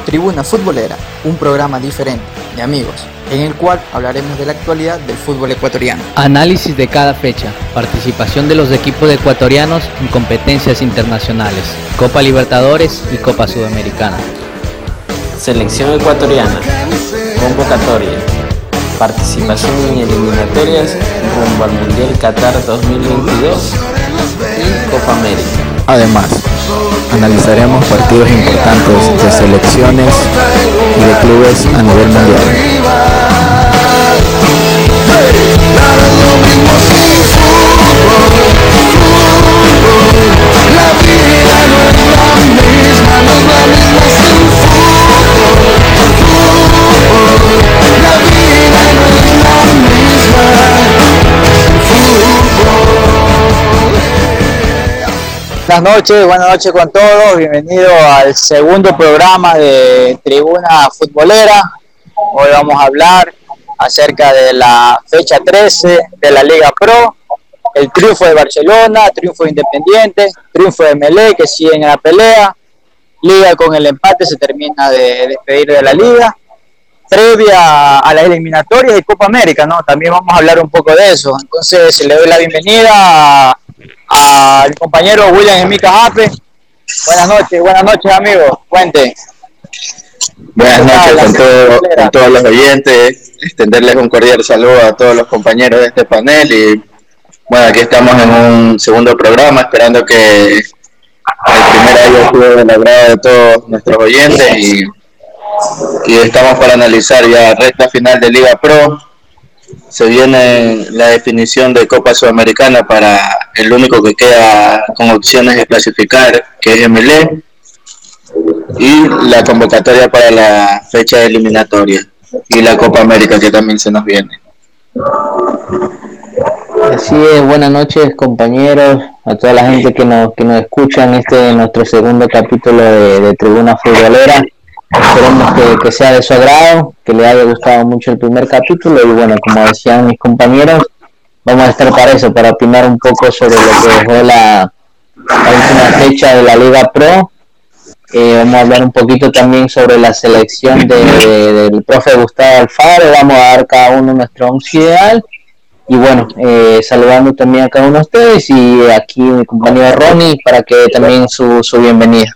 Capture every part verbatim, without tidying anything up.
Tribuna Futbolera, un programa diferente de amigos, en el cual hablaremos de la actualidad del fútbol ecuatoriano. Análisis de cada fecha, participación de los equipos ecuatorianos en competencias internacionales, Copa Libertadores y Copa Sudamericana. Selección ecuatoriana, convocatoria, participación en eliminatorias rumbo al Mundial Qatar dos mil veintidós y Copa América. Además, analizaremos partidos importantes de selecciones y de clubes a nivel mundial. Buenas noches, buenas noches con todos, bienvenidos al segundo programa de Tribuna Futbolera. Hoy vamos a hablar acerca de la fecha trece de la Liga Pro, el triunfo de Barcelona, triunfo de Independiente, triunfo de Melé que siguen en la pelea, Liga con el empate se termina de despedir de la Liga, previa a las eliminatorias de Copa América, ¿no? También vamos a hablar un poco de eso. Entonces le doy la bienvenida a al compañero William Emica Jape. Buenas noches, buenas noches amigos, cuente. Buenas noches con, todo, con todos los oyentes, extenderles un cordial saludo a todos los compañeros de este panel y bueno, aquí estamos en un segundo programa esperando que el primer haya sido del agrado de todos nuestros oyentes y, y estamos para analizar ya recta final de Liga Pro. Se viene la definición de Copa Sudamericana para el único que queda con opciones de clasificar, que es M L E, y la convocatoria para la fecha eliminatoria y la Copa América que también se nos viene. Así es, buenas noches compañeros, a toda la gente que nos que nos escucha en este nuestro segundo capítulo de, de Tribuna Futbolera. Esperemos que, que sea de su agrado, que le haya gustado mucho el primer capítulo y bueno, como decían mis compañeros, vamos a estar para eso, para opinar un poco sobre lo que dejó la, la última fecha de la Liga Pro. Eh, vamos a hablar un poquito también sobre la selección de, de, del profe Gustavo Alfaro, vamos a dar cada uno nuestro once ideal y bueno, eh, saludando también a cada uno de ustedes y aquí mi compañero Ronnie para que dé también su, su bienvenida.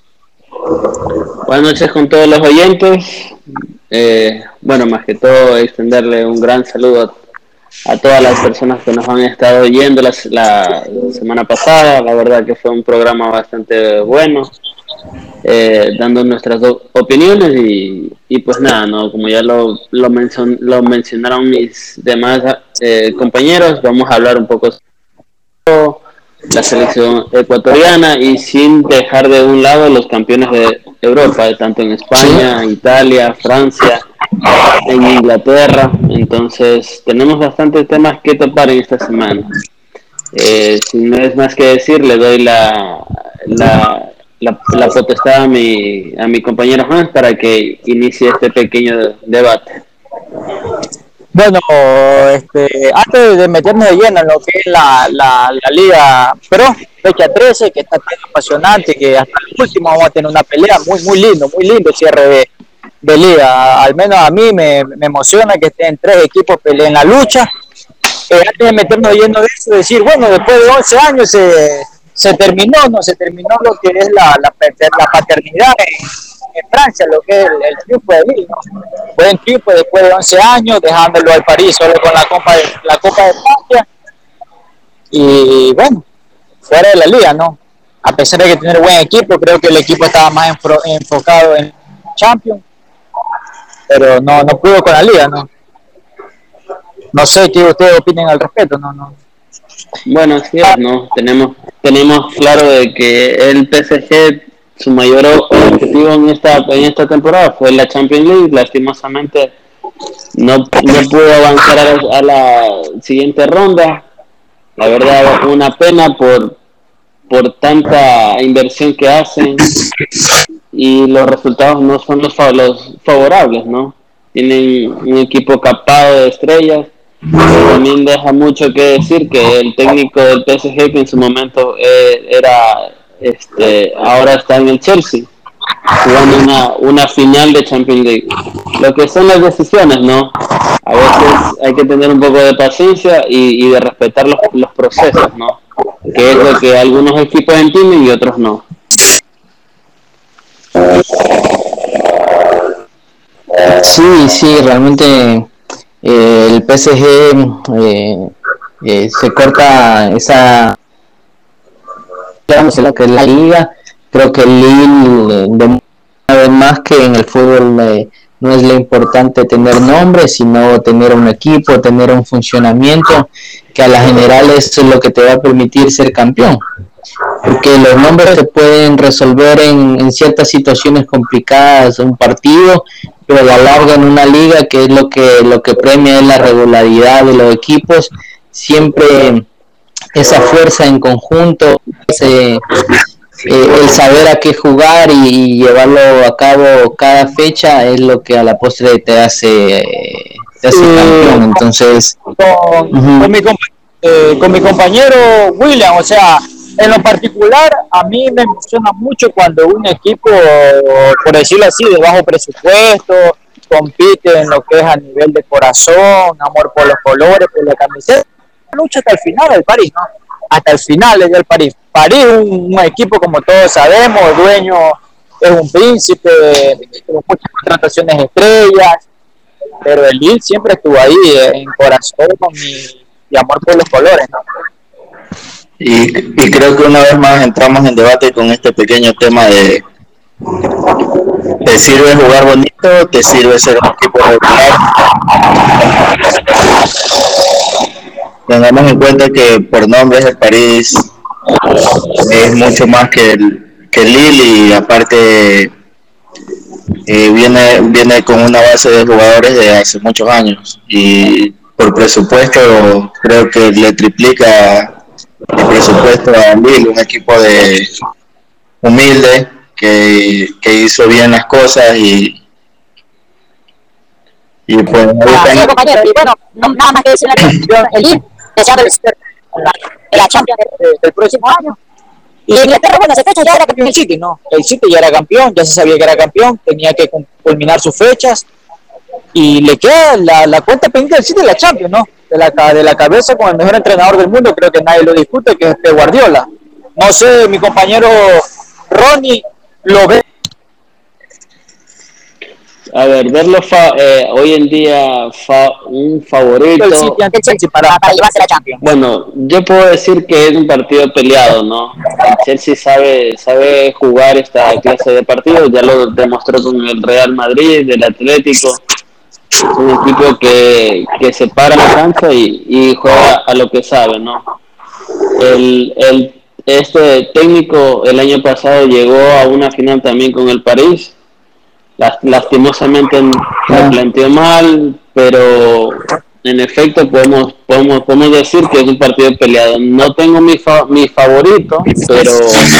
Buenas noches con todos los oyentes. Eh, bueno, más que todo extenderle un gran saludo a, a todas las personas que nos han estado oyendo la, la semana pasada. La verdad que fue un programa bastante bueno, eh, dando nuestras do- opiniones y, y pues nada, no, como ya lo, lo, mencion- lo mencionaron mis demás eh, compañeros, vamos a hablar un poco sobre la selección ecuatoriana y sin dejar de un lado los campeones de Europa, tanto en España, Italia, Francia, en Inglaterra. Entonces tenemos bastantes temas que topar en esta semana. Eh, sin no es más que decir, le doy la, la, la, la potestad a mi, a mi compañero Hans para que inicie este pequeño debate. Bueno, este, antes de meternos de lleno en lo que es la, la, la Liga Pro, fecha trece, que está tan apasionante, que hasta el último vamos a tener una pelea muy muy lindo, muy lindo el cierre de, de Liga. Al menos a mí me, me emociona que estén tres equipos peleen la lucha. Eh, antes de meternos de lleno de eso, decir, bueno, después de once años se, se terminó, ¿no? Se terminó lo que es la, la, la paternidad en, en Francia, lo que es el, el triunfo de Lille, ¿no? Buen triunfo después de once años, dejándolo al París solo con la Copa de, la Copa de Francia. Y bueno, fuera de la liga, ¿no? A pesar de que tener buen equipo, creo que el equipo estaba más enfro, enfocado en Champions, pero no, no pudo con la liga, ¿no? No sé qué ustedes opinen al respecto, ¿no? no. Bueno, así es, ¿no? Tenemos, tenemos claro de que el P S G, su mayor objetivo en esta, en esta temporada fue la Champions League. Lastimosamente no, no pudo avanzar a la, a la siguiente ronda. La verdad, una pena por, por tanta inversión que hacen y los resultados no son los, los favorables, ¿no? Tienen un equipo capado de estrellas, pero también deja mucho que decir que el técnico del P S G, que en su momento eh, era, este, ahora está en el Chelsea, jugando una, una final de Champions League. Lo que son las decisiones, ¿no? A veces hay que tener un poco de paciencia y, y de respetar los, los procesos, ¿no? Que es lo que algunos equipos entienden y otros no. Sí, sí, realmente eh, el P S G eh, eh, se corta esa, digamos, lo que es la liga. Creo que el Lille, eh, demuestra una vez más que en el fútbol eh, no es lo importante tener nombre, sino tener un equipo, tener un funcionamiento, que a la general es lo que te va a permitir ser campeón. Porque los nombres se pueden resolver en, en ciertas situaciones complicadas, un partido, pero a la larga en una liga, que es lo que lo que premia es la regularidad de los equipos, siempre esa fuerza en conjunto, ese, eh, el saber a qué jugar y, y llevarlo a cabo cada fecha es lo que a la postre te hace, te hace Sí. campeón. Entonces, con, uh-huh. con, mi, eh, con mi compañero William, o sea, en lo particular, a mí me emociona mucho cuando un equipo, por decirlo así, de bajo presupuesto, compite en lo que es a nivel de corazón, amor por los colores, por la camiseta, lucha hasta el final del París, ¿no? Hasta el final del París. París es un, un equipo, como todos sabemos, el dueño es un príncipe, con muchas contrataciones estrellas, pero el Lille siempre estuvo ahí, eh, en corazón y, y amor por los colores, ¿no? Y, y creo que una vez más entramos en debate con este pequeño tema de ¿te sirve jugar bonito? ¿Te sirve ser un equipo regular? Tengamos en cuenta que por nombres el París es mucho más que el, que el Lille, y aparte eh, viene, viene con una base de jugadores de hace muchos años, y por presupuesto creo que le triplica el presupuesto a Lille, un equipo de humilde que, que hizo bien las cosas y y pues Ah, sí, compañero, y bueno, no, nada más que decir el Lille, deseando la Champions del, del próximo año. Y en Inglaterra, bueno, esa fecha ya era campeón el City, ¿no? El City ya era campeón, ya se sabía que era campeón, tenía que culminar sus fechas y le queda la, la cuenta pendiente del City de la Champions, ¿no? De la, de la cabeza con el mejor entrenador del mundo, creo que nadie lo discute, que es Pep Guardiola. No sé, mi compañero Ronnie lo ve. A ver, verlo fa, eh, hoy en día fa, un favorito. El City ante el Chelsea para, para llevarse la Champions. Bueno, yo puedo decir que es un partido peleado, ¿no? El Chelsea sabe sabe jugar esta clase de partidos, ya lo demostró con el Real Madrid, el Atlético. Es un equipo que, que se para la cancha y, y juega a lo que sabe, ¿no? El, el, este técnico el año pasado llegó a una final también con el París. Lastimosamente lo planteó mal, pero en efecto podemos podemos podemos decir que es un partido peleado. No tengo mi fa, mi favorito, pero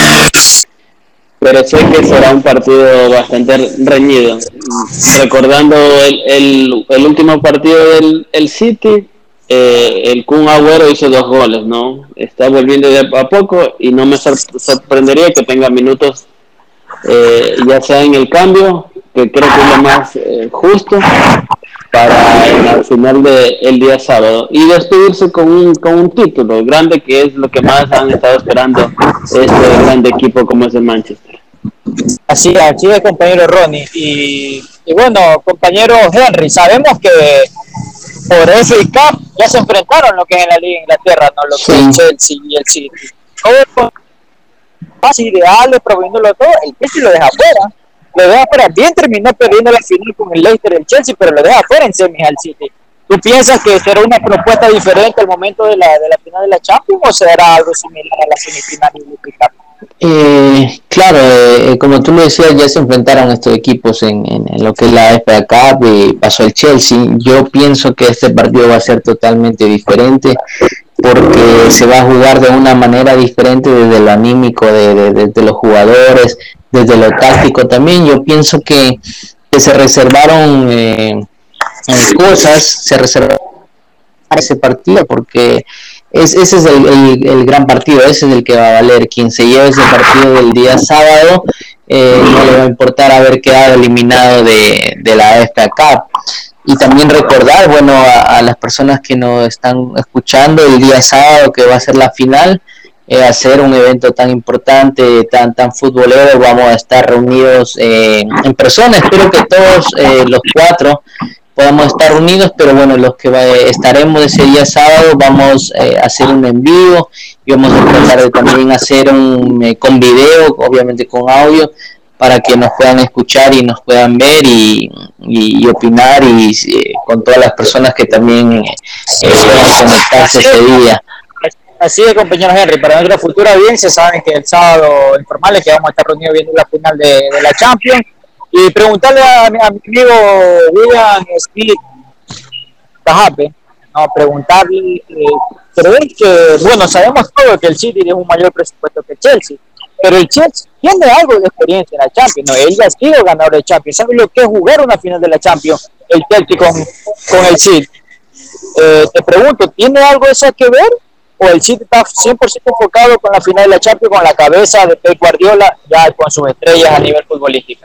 pero sé que será un partido bastante reñido. Recordando el, el, el último partido del el City, eh, el Kun Agüero hizo dos goles, ¿no? Está volviendo de a poco y no me sorprendería que tenga minutos, eh, ya sea en el cambio, que creo que es lo más eh, justo para el final del de, día sábado, y despedirse con un, con un título grande, que es lo que más han estado esperando este grande equipo como es el Manchester. Así, así es, compañero Ronnie. Y, y bueno, compañero Henry, sabemos que por F A Cup ya se enfrentaron lo que es en la Liga de Inglaterra, ¿no? Lo que sí. es el Chelsea y el City. Todo más ideales, proveyéndolo todo, el Chelsea lo deja afuera. Lo deja fuera, bien terminó perdiendo la final con el Leicester del Chelsea, pero lo deja fuera en semis al City. ¿Tú piensas que será una propuesta diferente al momento de la, de la final de la Champions o será algo similar a la semifinal de la eh, Claro, eh, como tú lo decías, ya se enfrentaron estos equipos en, en, en lo que es la F A Cup y pasó el Chelsea. Yo pienso que este partido va a ser totalmente diferente, porque se va a jugar de una manera diferente desde lo anímico de, de, de, de los jugadores, desde lo táctico también. Yo pienso que, que se reservaron eh, eh, cosas, se reservaron para ese partido, porque es, ese es el, el, el gran partido, ese es el que va a valer. Quien se lleve ese partido del día sábado eh, no le va a importar haber quedado eliminado de, de la F A Cup. Y también recordar, bueno, a, a las personas que nos están escuchando el día sábado, que va a ser la final, eh, hacer un evento tan importante, tan tan futbolero, vamos a estar reunidos eh, en persona. Espero que todos eh, los cuatro podamos estar unidos, pero bueno, los que va, estaremos ese día sábado vamos eh, a hacer un en vivo y vamos a tratar de también hacer un eh, con video, obviamente con audio, para que nos puedan escuchar y nos puedan ver y, y, y opinar y eh, con todas las personas que también eh, puedan conectarse ese día. Así es, compañero Henry, para nuestra futura audiencia saben que el sábado informal es que vamos a estar reunidos viendo la final de, de la Champions, y preguntarle a mi, a mi amigo William Smith Tajape, no, preguntarle, eh, ¿crees que, bueno, sabemos todo que el City tiene un mayor presupuesto que Chelsea, pero el Chelsea tiene algo de experiencia en la Champions, ¿no? Él ya ha sido ganador de Champions, sabe lo que es jugar una final de la Champions, el Chelsea con, con el City. Eh, te pregunto, ¿tiene algo eso que ver? ¿O el City está cien por ciento enfocado con la final de la Champions, con la cabeza de Pep Guardiola, ya con sus estrellas a nivel futbolístico?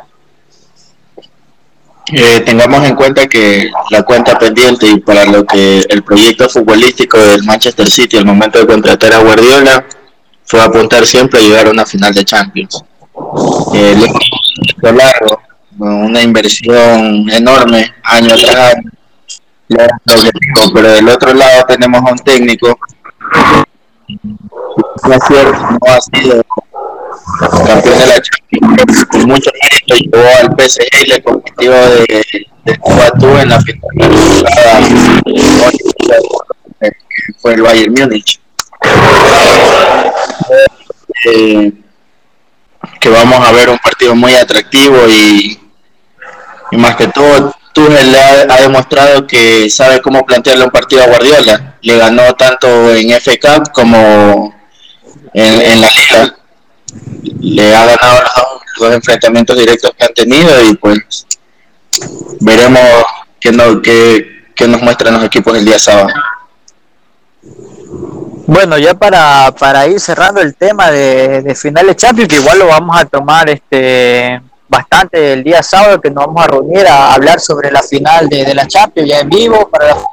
Eh, tengamos en cuenta que la cuenta pendiente y para lo que el proyecto futbolístico del Manchester City al momento de contratar a Guardiola fue apuntar siempre a llegar a una final de Champions. Eh, lo largo, una inversión enorme, año tras año, pero del otro lado tenemos a un técnico que no ha sido campeón de la Champions, con mucho mérito llevó al P S G y le compitió de, de Cuatú en la final que fue el Bayern Múnich. Eh, que vamos a ver un partido muy atractivo y, y más que todo Tuchel ha, ha demostrado que sabe cómo plantearle un partido a Guardiola. Le ganó tanto en F A Cup como en, en la Liga. Le ha ganado los dos, los enfrentamientos directos que han tenido y pues veremos qué, no, qué, qué nos muestran los equipos el día sábado. Bueno, ya para, para ir cerrando el tema de, de final de Champions, que igual lo vamos a tomar este bastante el día sábado, que nos vamos a reunir a hablar sobre la final de, de la Champions ya en vivo para la...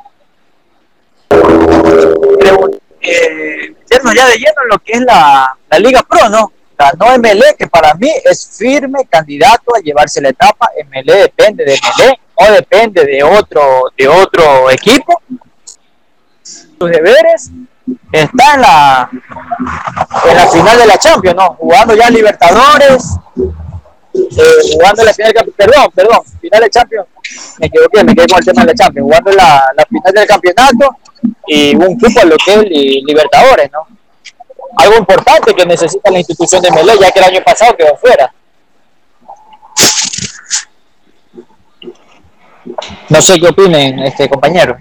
eh, meternos ya de lleno en lo que es la, la Liga Pro, ¿no? Ganó M L E, que para mí es firme candidato a llevarse la etapa. M L E depende de M L E, no depende de otro de otro equipo. Sus deberes está en la en la final de la Champions, ¿no? Jugando ya Libertadores, eh, jugando la final del campeonato, perdón, perdón, final de Champions, me equivoqué, me quedé con el tema de la Champions, jugando la, la final del campeonato y un cupo a lo que es Libertadores, ¿no? Algo importante que necesita la institución de M L E, ya que el año pasado quedó fuera. No sé qué opinen, este compañero.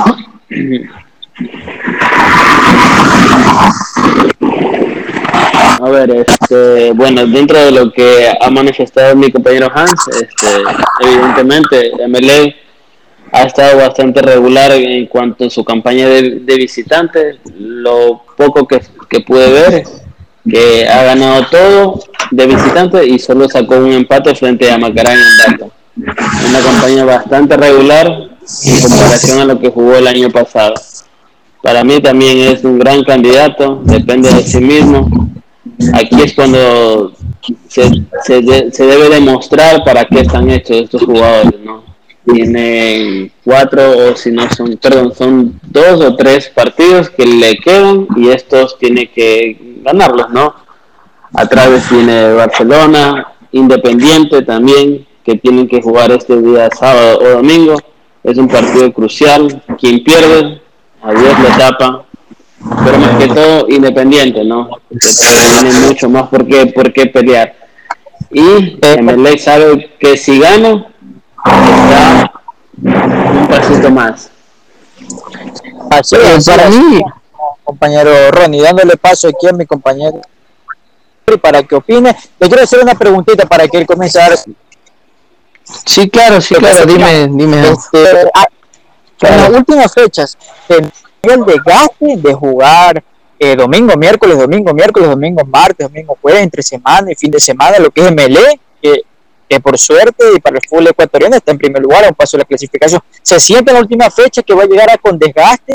A ver, este, bueno, dentro de lo que ha manifestado mi compañero Hans, este, evidentemente M L E ha estado bastante regular en cuanto a su campaña de, de visitantes. Lo poco que, que pude ver, que ha ganado todo de visitantes y solo sacó un empate frente a Macará en Data. Una campaña bastante regular en comparación a lo que jugó el año pasado. Para mí también es un gran candidato, depende de sí mismo. Aquí es cuando se, se, de, se debe demostrar para qué están hechos estos jugadores, ¿no? Tienen cuatro o si no son, perdón, son dos o tres partidos que le quedan y estos tiene que ganarlos, ¿no? Atrás viene Barcelona, Independiente también, que tienen que jugar este día sábado o domingo. Es un partido crucial. Quien pierde, adiós la etapa. Pero más que todo Independiente, ¿no? Que tiene mucho más por qué, por qué pelear. Y M L E sabe que si gana está un pasito más. Así es, para mí, compañero Ronnie, dándole paso aquí a mi compañero para que opine. Le quiero hacer una preguntita para que él comience a dar. Sí, claro, sí, claro, dime, dime. Este, en las últimas fechas, el desgaste de jugar eh, domingo, miércoles, domingo, miércoles, domingo, martes, domingo, jueves, entre semana y fin de semana, lo que es M L E, que, que por suerte y para el fútbol ecuatoriano está en primer lugar a un paso de la clasificación. Se siente en la última fecha que va a llegar a con desgaste,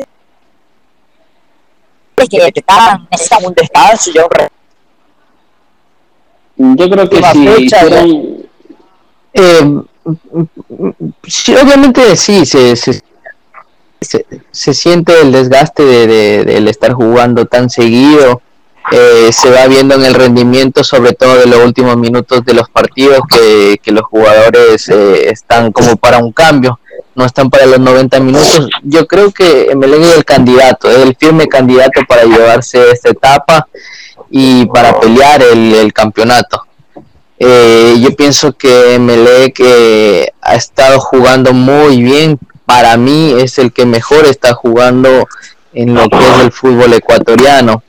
que, que está, necesitan un descanso. Yo, yo creo que sí. Fecha, pero, eh, sí, obviamente sí, se, se, se, se siente el desgaste de, de, de el estar jugando tan seguido. Eh, se va viendo en el rendimiento, sobre todo de los últimos minutos de los partidos, que, que los jugadores eh, están como para un cambio, no están para los noventa minutos. Yo creo que Emelec es el candidato, es el firme candidato para llevarse esta etapa y para pelear el, el campeonato. Eh, yo pienso que Emelec eh, ha estado jugando muy bien. Para mí es el que mejor está jugando en lo que es el fútbol ecuatoriano,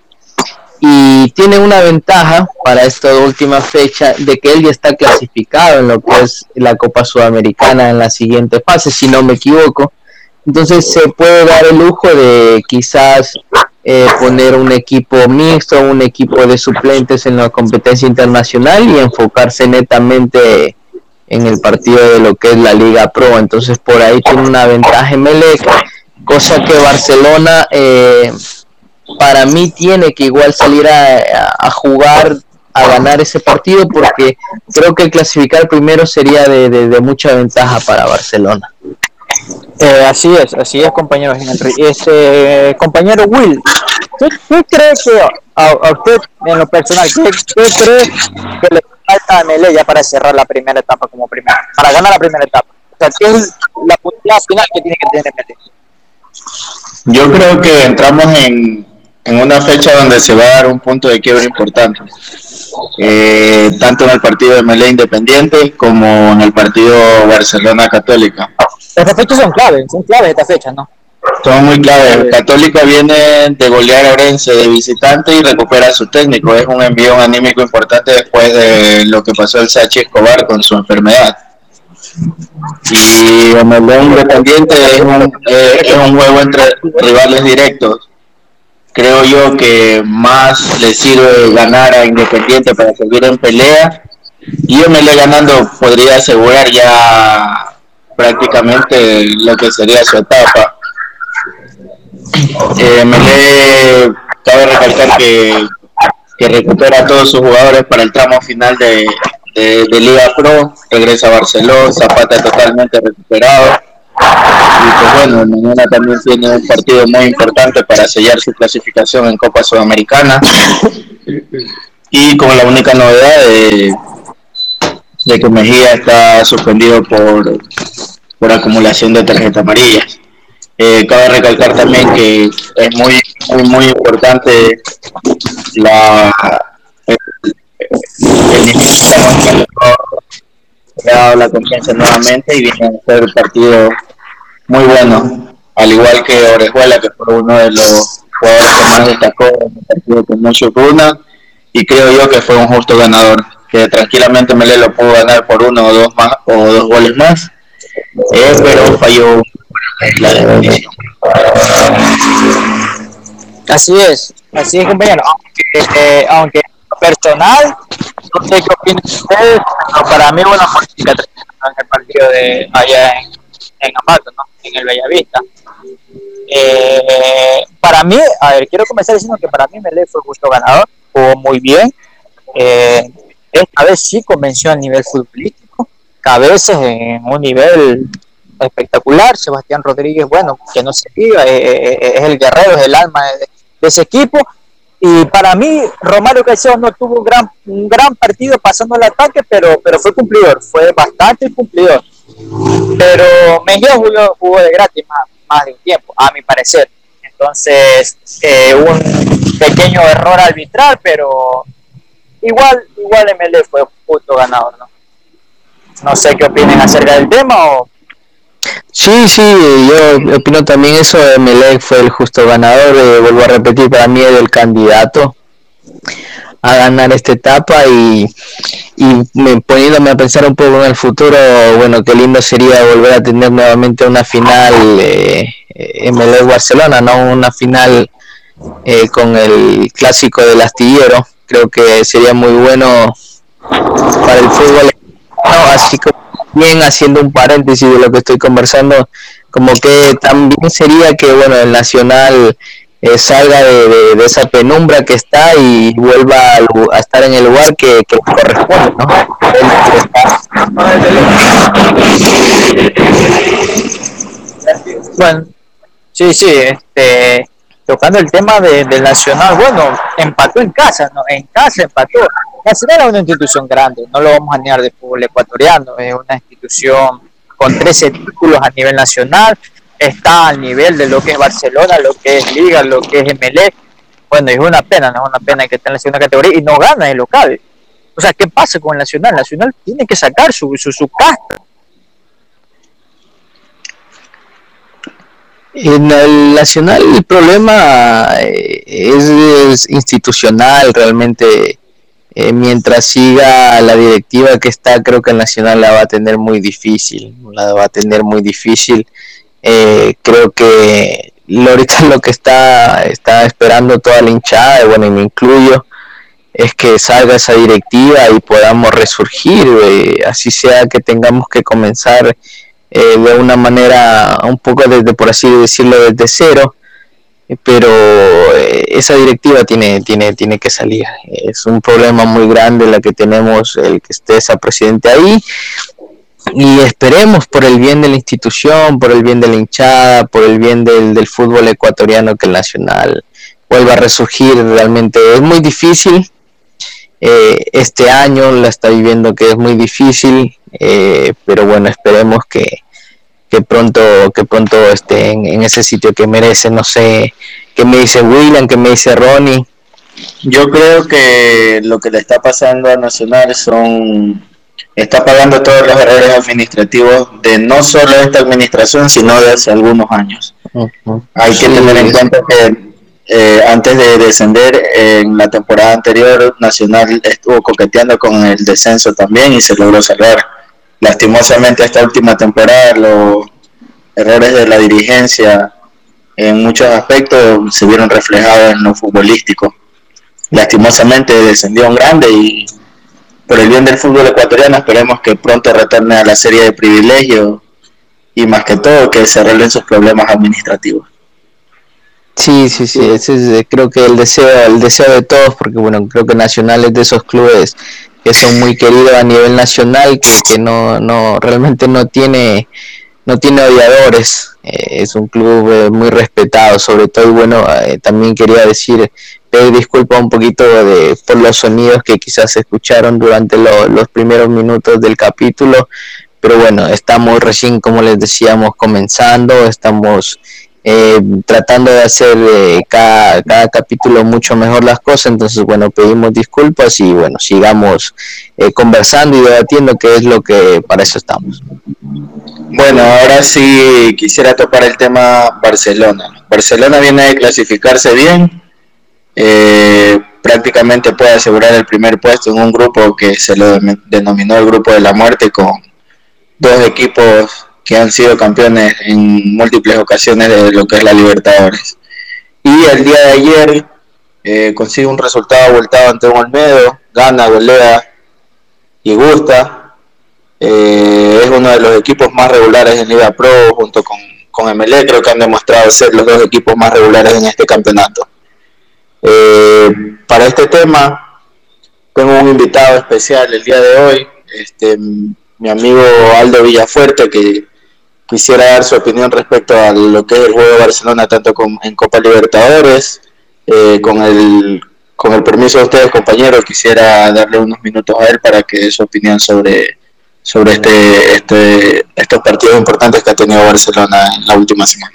y tiene una ventaja para esta última fecha de que él ya está clasificado en lo que es la Copa Sudamericana en la siguiente fase, si no me equivoco. Entonces se puede dar el lujo de quizás eh, poner un equipo mixto, un equipo de suplentes en la competencia internacional y enfocarse netamente en el partido de lo que es la Liga Pro. Entonces por ahí tiene una ventaja Emelec, cosa que Barcelona eh, para mí tiene que igual salir a, a jugar, a ganar ese partido, porque creo que clasificar primero sería de, de, de mucha ventaja para Barcelona. Eh, así es, así es, compañero Henry. Este, compañero Will, ¿qué, qué cree que a, a usted en lo personal, qué, qué cree que le falta a Emelec ya para cerrar la primera etapa como primera, para ganar la primera etapa? O sea, ¿qué es la puntuación final que tiene que tener Emelec? Yo creo que entramos en, en una fecha donde se va a dar un punto de quiebre importante, eh, tanto en el partido de Emelec Independiente como en el partido Barcelona Católica. Estas fechas son claves, son claves estas fechas, ¿no? Son muy claves. Católica viene de golear a Orense de visitante y recupera a su técnico. Es un envío anímico importante después de lo que pasó el Sachi Escobar con su enfermedad. Y Emelec Independiente es un, eh, es un juego entre rivales directos. Creo yo que más le sirve ganar a Independiente para seguir en pelea, y Emelec ganando podría asegurar ya prácticamente lo que sería su etapa. Eh, Emelec, cabe recalcar que, que recupera a todos sus jugadores para el tramo final de, de, de Liga Pro, regresa a Barcelona, Zapata totalmente recuperado, y pues bueno, mañana también tiene un partido muy importante para sellar su clasificación en Copa Sudamericana, y con la única novedad de, de que Mejía está suspendido por, por acumulación de tarjetas amarillas. Eh, cabe recalcar también que es muy muy muy importante la el, el nivel que ha dado la confianza nuevamente y viene a ser un partido muy bueno, al igual que Orejuela, que fue uno de los jugadores que más destacó en el partido con mucho Bruna, y creo yo que fue un justo ganador, que tranquilamente Mele lo pudo ganar por uno o dos más o dos goles más, eh, pero falló la definición. Así es, así es, compañero. Aunque, eh, aunque personal, no sé qué opinan ustedes, pero para mí una política en el partido de allá en, en Ambato, ¿no? En el Bellavista. Eh, para mí, a ver, quiero comenzar diciendo que para mí Melé fue justo ganador, jugó muy bien. Eh, esta vez sí convenció a nivel futbolístico, a veces en un nivel espectacular. Sebastián Rodríguez, bueno, que no se diga, eh, eh, es el guerrero, es el alma de, de ese equipo. Y para mí Romario Caicedo no tuvo un gran, un gran partido pasando el ataque, pero, pero fue cumplidor, fue bastante cumplidor. Pero Mejía jugó, jugó de gratis más, más de un tiempo, a mi parecer. Entonces, eh, un pequeño error arbitral, pero igual, igual M L E fue justo ganador, ¿no? No sé qué opinen acerca del tema o... Sí, sí, yo opino también eso. Emelec fue el justo ganador, eh, vuelvo a repetir, para mí es el candidato a ganar esta etapa, y, y me, poniéndome a pensar un poco en el futuro, bueno, qué lindo sería volver a tener nuevamente una final eh, Emelec Barcelona, no una final eh, con el clásico del astillero. Creo que sería muy bueno para el fútbol, no, así como bien haciendo un paréntesis de lo que estoy conversando, como que también sería que bueno el Nacional eh, salga de, de, de esa penumbra que está y vuelva a, a estar en el lugar que, que corresponde, ¿no? Bueno, sí, sí, este, tocando el tema de, del Nacional, bueno, empató en casa, ¿no? En casa empató. Nacional es una institución grande, no lo vamos a negar, de fútbol ecuatoriano, es una institución con trece títulos a nivel nacional, está al nivel de lo que es Barcelona, lo que es Liga, lo que es Emelec. Bueno, es una pena, no es una pena que esté en la segunda categoría y no gana el local. O sea, ¿qué pasa con el Nacional? El Nacional tiene que sacar su, su, su casta. En el Nacional el problema es, es institucional realmente. Eh, mientras siga la directiva que está, creo que el Nacional la va a tener muy difícil, la va a tener muy difícil. Eh, creo que ahorita lo que está, está esperando toda la hinchada, bueno, y me incluyo, es que salga esa directiva y podamos resurgir, eh, así sea que tengamos que comenzar eh, de una manera un poco desde, por así decirlo, desde cero, pero eh, esa directiva tiene, tiene, tiene que salir. Es un problema muy grande la que tenemos, el que esté esa presidente ahí, y esperemos por el bien de la institución, por el bien de la hinchada, por el bien del, del fútbol ecuatoriano, que el Nacional vuelva a resurgir. Realmente es muy difícil, eh, este año la está viviendo que es muy difícil, eh, pero bueno, esperemos que que pronto que pronto esté en, en ese sitio que merece. No sé qué me dice William, qué me dice Ronnie. Yo creo que lo que le está pasando a Nacional son está pagando todos los errores administrativos de no solo esta administración, sino de hace algunos años. Uh-huh. Hay que sí, tener en cuenta que eh, antes de descender, en la temporada anterior, Nacional estuvo coqueteando con el descenso también y se logró salvar. Lastimosamente esta última temporada los errores de la dirigencia en muchos aspectos se vieron reflejados en lo futbolístico. Lastimosamente descendió un grande y por el bien del fútbol ecuatoriano esperemos que pronto retorne a la serie de privilegios y más que todo que se arreglen sus problemas administrativos. Sí, sí, sí, ese es creo que el deseo, el deseo de todos, porque bueno, creo que Nacional es de esos clubes que son muy queridos a nivel nacional, que, que no, no, realmente no tiene, no tiene odiadores, eh, es un club eh, muy respetado, sobre todo, y bueno, eh, también quería decir, pedir disculpas un poquito de, por los sonidos que quizás se escucharon durante lo, los primeros minutos del capítulo, pero bueno, estamos recién, como les decíamos, comenzando, estamos Eh, tratando de hacer eh, cada, cada capítulo mucho mejor las cosas. Entonces bueno, pedimos disculpas y bueno, sigamos eh, conversando y debatiendo, que es lo que para eso estamos. Bueno, ahora sí quisiera tocar el tema Barcelona. Barcelona viene de clasificarse bien, eh, prácticamente puede asegurar el primer puesto en un grupo que se lo denominó el grupo de la muerte, con dos equipos que han sido campeones en múltiples ocasiones de lo que es la Libertadores. Y el día de ayer eh, consigue un resultado abultado ante un Olmedo, gana, golea y gusta. Eh, es uno de los equipos más regulares en Liga Pro, junto con, con Emelec, creo que han demostrado ser los dos equipos más regulares en este campeonato. Eh, para este tema tengo un invitado especial el día de hoy, este, mi amigo Aldo Villafuerte, que quisiera dar su opinión respecto a lo que es el juego de Barcelona, tanto con, en Copa Libertadores. Eh, con el con el permiso de ustedes, compañeros, quisiera darle unos minutos a él para que dé su opinión sobre, sobre este, este, estos partidos importantes que ha tenido Barcelona en la última semana.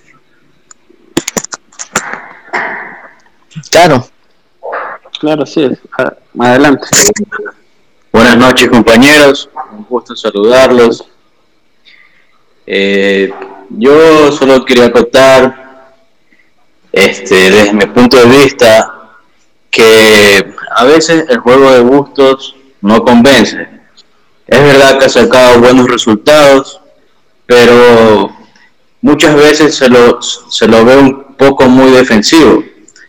Claro. Claro, sí. Adelante. Buenas noches, compañeros. Un gusto saludarlos. Eh, yo solo quería contar, este, desde mi punto de vista, que a veces el juego de gustos no convence. Es verdad que ha sacado buenos resultados, pero muchas veces se lo, se lo ve un poco muy defensivo.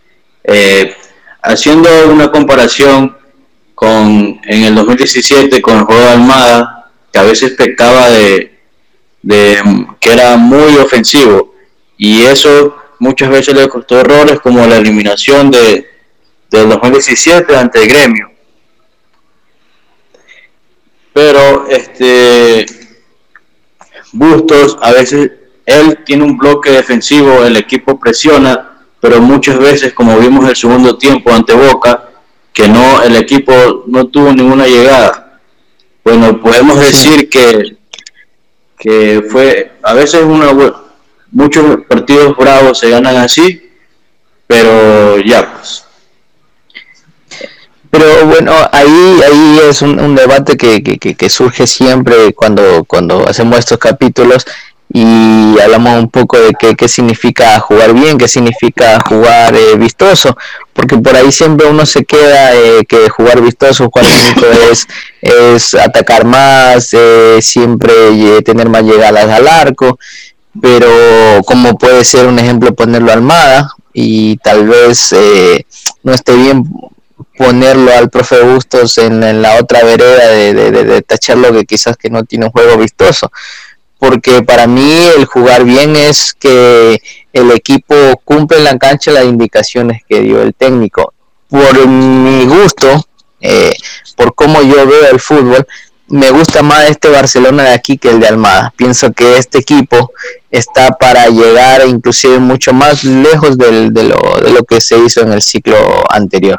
Eh, haciendo una comparación con en el dos mil diecisiete con el juego de Almada, que a veces pecaba de, de que era muy ofensivo, y eso muchas veces le costó errores como la eliminación de del dos mil diecisiete ante el Gremio. Pero este Bustos, a veces él tiene un bloque defensivo, el equipo presiona, pero muchas veces, como vimos el segundo tiempo ante Boca, que no, el equipo no tuvo ninguna llegada. Bueno, podemos decir que que fue, a veces una, muchos partidos bravos se ganan así, pero ya pues. Pero bueno, ahí ahí es un, un debate que, que, que surge siempre cuando, cuando hacemos estos capítulos y hablamos un poco de qué, qué significa jugar bien, qué significa jugar eh, vistoso, porque por ahí siempre uno se queda eh, que jugar vistoso, jugar bonito es, es atacar más, eh, siempre eh, tener más llegadas al arco, pero como puede ser un ejemplo ponerlo a Almada y tal vez eh, no esté bien ponerlo al profe Bustos en, en la otra vereda de, de, de, de tacharlo que quizás que no tiene un juego vistoso, porque para mí el jugar bien es que el equipo cumple en la cancha las indicaciones que dio el técnico. Por mi gusto, eh, por cómo yo veo el fútbol, me gusta más este Barcelona de aquí que el de Almada. Pienso que este equipo está para llegar inclusive mucho más lejos del, de, lo, de lo que se hizo en el ciclo anterior.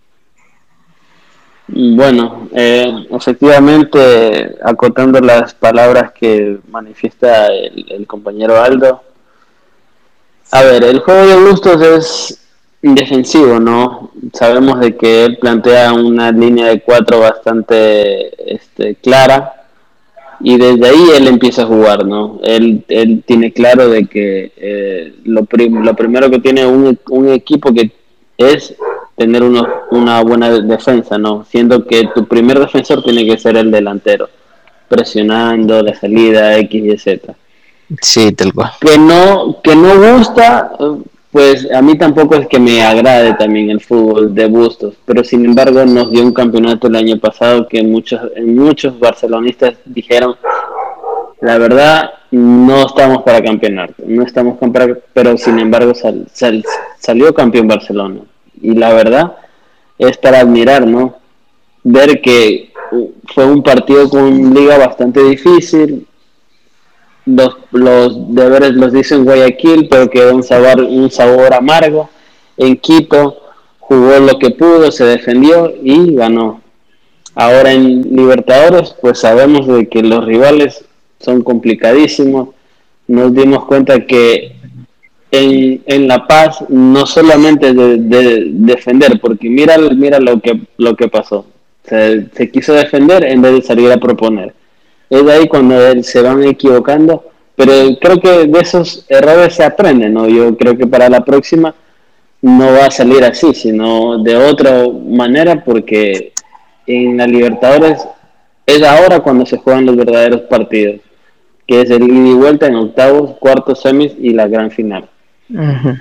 Bueno, eh, efectivamente, acotando las palabras que manifiesta el, el compañero Aldo, a ver, el juego de Bustos es defensivo, ¿no? Sabemos de que él plantea una línea de cuatro bastante este, clara y desde ahí él empieza a jugar, ¿no? Él, él tiene claro de que eh, lo, prim- lo primero que tiene un, un equipo que es tener uno, una buena defensa, ¿no? Siendo que tu primer defensor tiene que ser el delantero, presionando de salida X y Z. Sí, tal cual. Que no, que no gusta, pues a mí tampoco es que me agrade también el fútbol de Bustos, pero sin embargo nos dio un campeonato el año pasado que muchos, muchos barcelonistas dijeron, la verdad, no estamos para campeonar, no estamos para, pero sin embargo sal, sal, salió campeón Barcelona. Y la verdad es para admirar, ¿no? Ver que fue un partido con liga bastante difícil, los, los deberes los hizo en Guayaquil, pero quedó un sabor, un sabor amargo. En Quito jugó lo que pudo, se defendió y ganó. Ahora en Libertadores, pues sabemos de que los rivales son complicadísimos. Nos dimos cuenta que en, en La Paz no solamente de, de defender, porque mira, mira lo que lo que pasó. Se, se quiso defender en vez de salir a proponer. Es de ahí cuando se van equivocando, pero creo que de esos errores se aprende, ¿no? Yo creo que para la próxima no va a salir así, sino de otra manera, porque en la Libertadores es ahora cuando se juegan los verdaderos partidos, que es el ida y vuelta en octavos, cuartos, semis y la gran final. Uh-huh.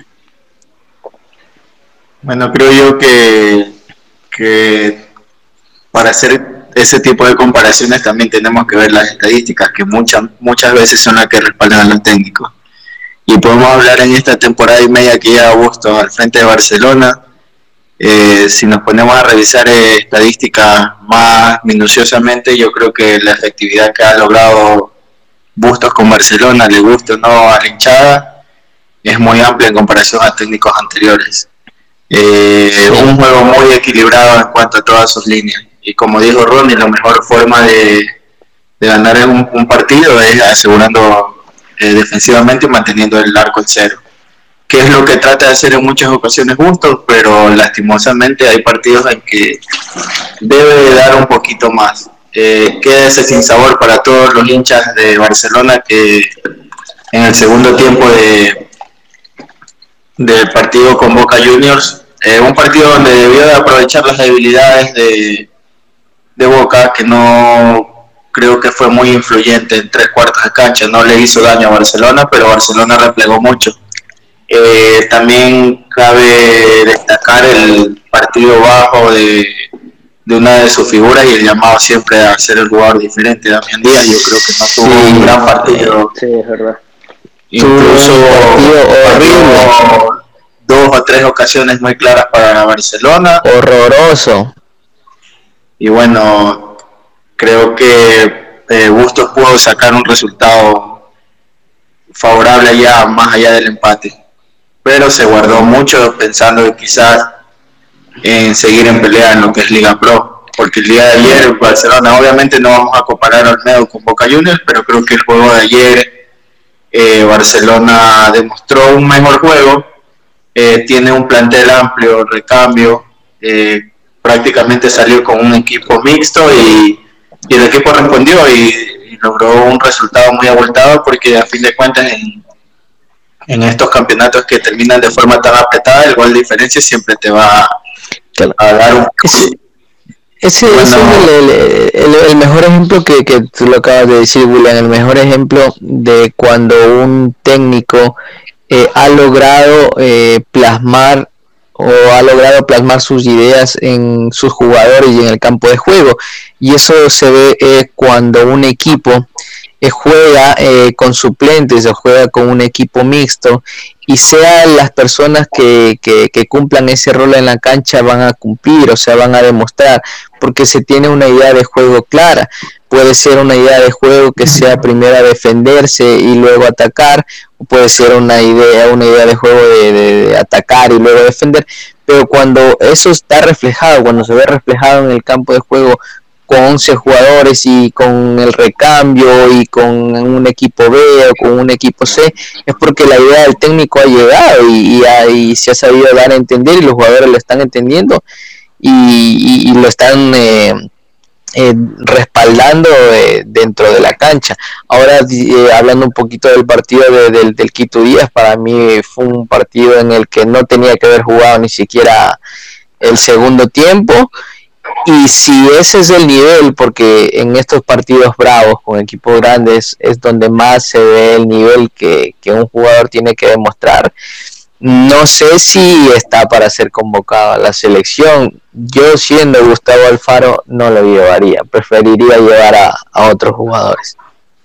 Bueno, creo yo que, que para hacer ese tipo de comparaciones también tenemos que ver las estadísticas, que muchas muchas veces son las que respaldan a los técnicos. Y podemos hablar en esta temporada y media que lleva Bustos al frente de Barcelona. Eh, si nos ponemos a revisar eh, estadísticas más minuciosamente, yo creo que la efectividad que ha logrado Bustos con Barcelona, le gusta o no a la hinchada, es muy amplia en comparación a técnicos anteriores. Eh, un juego muy equilibrado en cuanto a todas sus líneas. Y como dijo Ronnie, la mejor forma de, de ganar un, un partido es asegurando eh, defensivamente y manteniendo el arco en cero, que es lo que trata de hacer en muchas ocasiones Bustos, pero lastimosamente hay partidos en que debe de dar un poquito más. Eh, queda ese sinsabor para todos los hinchas de Barcelona que en el segundo tiempo de del partido con Boca Juniors, eh, un partido donde debió de aprovechar las debilidades de, de Boca, que no creo que fue muy influyente en tres cuartos de cancha, no le hizo daño a Barcelona, pero Barcelona replegó mucho. Eh, también cabe destacar el partido bajo de, de una de sus figuras y el llamado siempre a ser el jugador diferente, Damián Díaz. Yo creo que no tuvo sí, un gran partido. Sí, es verdad. Incluso horrible. Dos o tres ocasiones muy claras para Barcelona. Horroroso. Y bueno, creo que eh, Bustos pudo sacar un resultado favorable allá, más allá del empate. Pero se guardó mucho pensando que quizás en seguir en pelea en lo que es Liga Pro, porque el día de ayer Barcelona, obviamente no vamos a comparar al Olmedo con Boca Juniors, pero creo que el juego de ayer eh, Barcelona demostró un mejor juego, eh, tiene un plantel amplio, recambio, eh, prácticamente salió con un equipo mixto y, y el equipo respondió y, y logró un resultado muy abultado, porque a fin de cuentas en en estos campeonatos que terminan de forma tan apretada, el gol de diferencia siempre te va a, a dar un... Ese, ese, bueno, ese es el, el, el, el mejor ejemplo que, que tú lo acabas de decir, William, el mejor ejemplo de cuando un técnico eh, ha logrado eh, plasmar o ha logrado plasmar sus ideas en sus jugadores y en el campo de juego, y eso se ve eh, cuando un equipo eh, juega eh, con suplentes o juega con un equipo mixto, y sean las personas que, que, que cumplan ese rol en la cancha van a cumplir, o sea, van a demostrar, porque se tiene una idea de juego clara. Puede ser una idea de juego que sea primero defenderse y luego atacar, o puede ser una idea, una idea de juego de, de, de atacar y luego defender, pero cuando eso está reflejado, cuando se ve reflejado en el campo de juego con once jugadores y con el recambio y con un equipo B o con un equipo C, es porque la idea del técnico ha llegado y, y, ha, y se ha sabido dar a entender, y los jugadores lo están entendiendo y, y, y lo están eh, eh, respaldando eh, dentro de la cancha. Ahora, eh, hablando un poquito del partido de, del, del Quito Díaz, para mí fue un partido en el que no tenía que haber jugado ni siquiera el segundo tiempo. Y si ese es el nivel, porque en estos partidos bravos con equipos grandes es donde más se ve el nivel que, que un jugador tiene que demostrar, no sé si está para ser convocado a la selección. Yo, siendo Gustavo Alfaro, no lo llevaría, preferiría llevar a, a otros jugadores.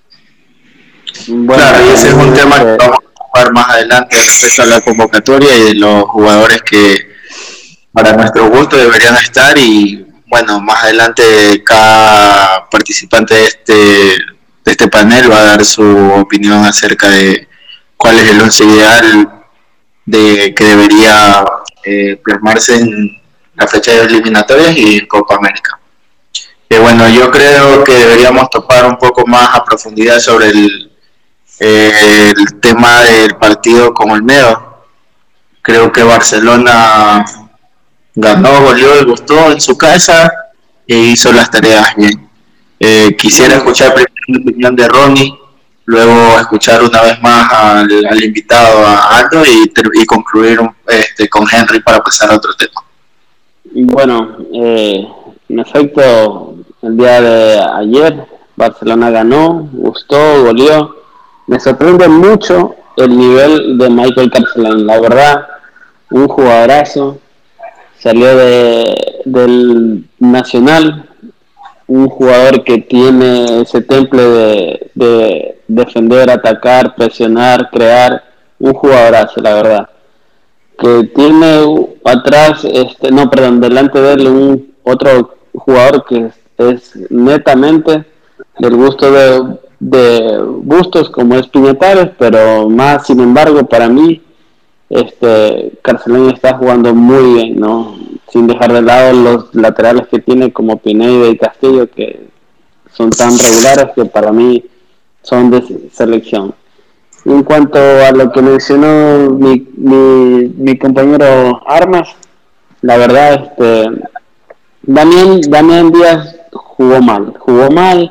Bueno, claro, y ese es un tema que vamos a ocupar más adelante respecto a la convocatoria y de los jugadores que para nuestro gusto deberían estar. Y bueno, más adelante cada participante de este, de este panel va a dar su opinión acerca de cuál es el once ideal de que debería eh, plasmarse en la fecha de eliminatorias y en Copa América. Eh, bueno, yo creo que deberíamos topar un poco más a profundidad sobre el, eh, el tema del partido con Olmedo. Creo que Barcelona ganó, goleó y gustó en su casa e hizo las tareas bien. Eh, quisiera escuchar primero la opinión de Ronnie, luego escuchar una vez más al, al invitado, a Aldo, y, y concluir este, con Henry para pasar a otro tema. Bueno, eh, en efecto, el día de ayer Barcelona ganó, gustó, goleó. Me sorprende mucho el nivel de Michael Carcelén, la verdad, un jugadorazo. Salió de, del Nacional, un jugador que tiene ese temple de, de defender, atacar, presionar, crear, un jugadorazo, la verdad. Que tiene atrás, este, no, perdón, delante de él un otro jugador que es, es netamente del gusto de, de Bustos, como es Piñatares, pero más, sin embargo, para mí, este Carcelén está jugando muy bien, ¿no? Sin dejar de lado los laterales que tiene como Pineda y Castillo, que son tan regulares que para mí son de selección. En cuanto a lo que mencionó mi, mi, mi compañero Armas, la verdad, este Damián, Damián Díaz jugó mal, jugó mal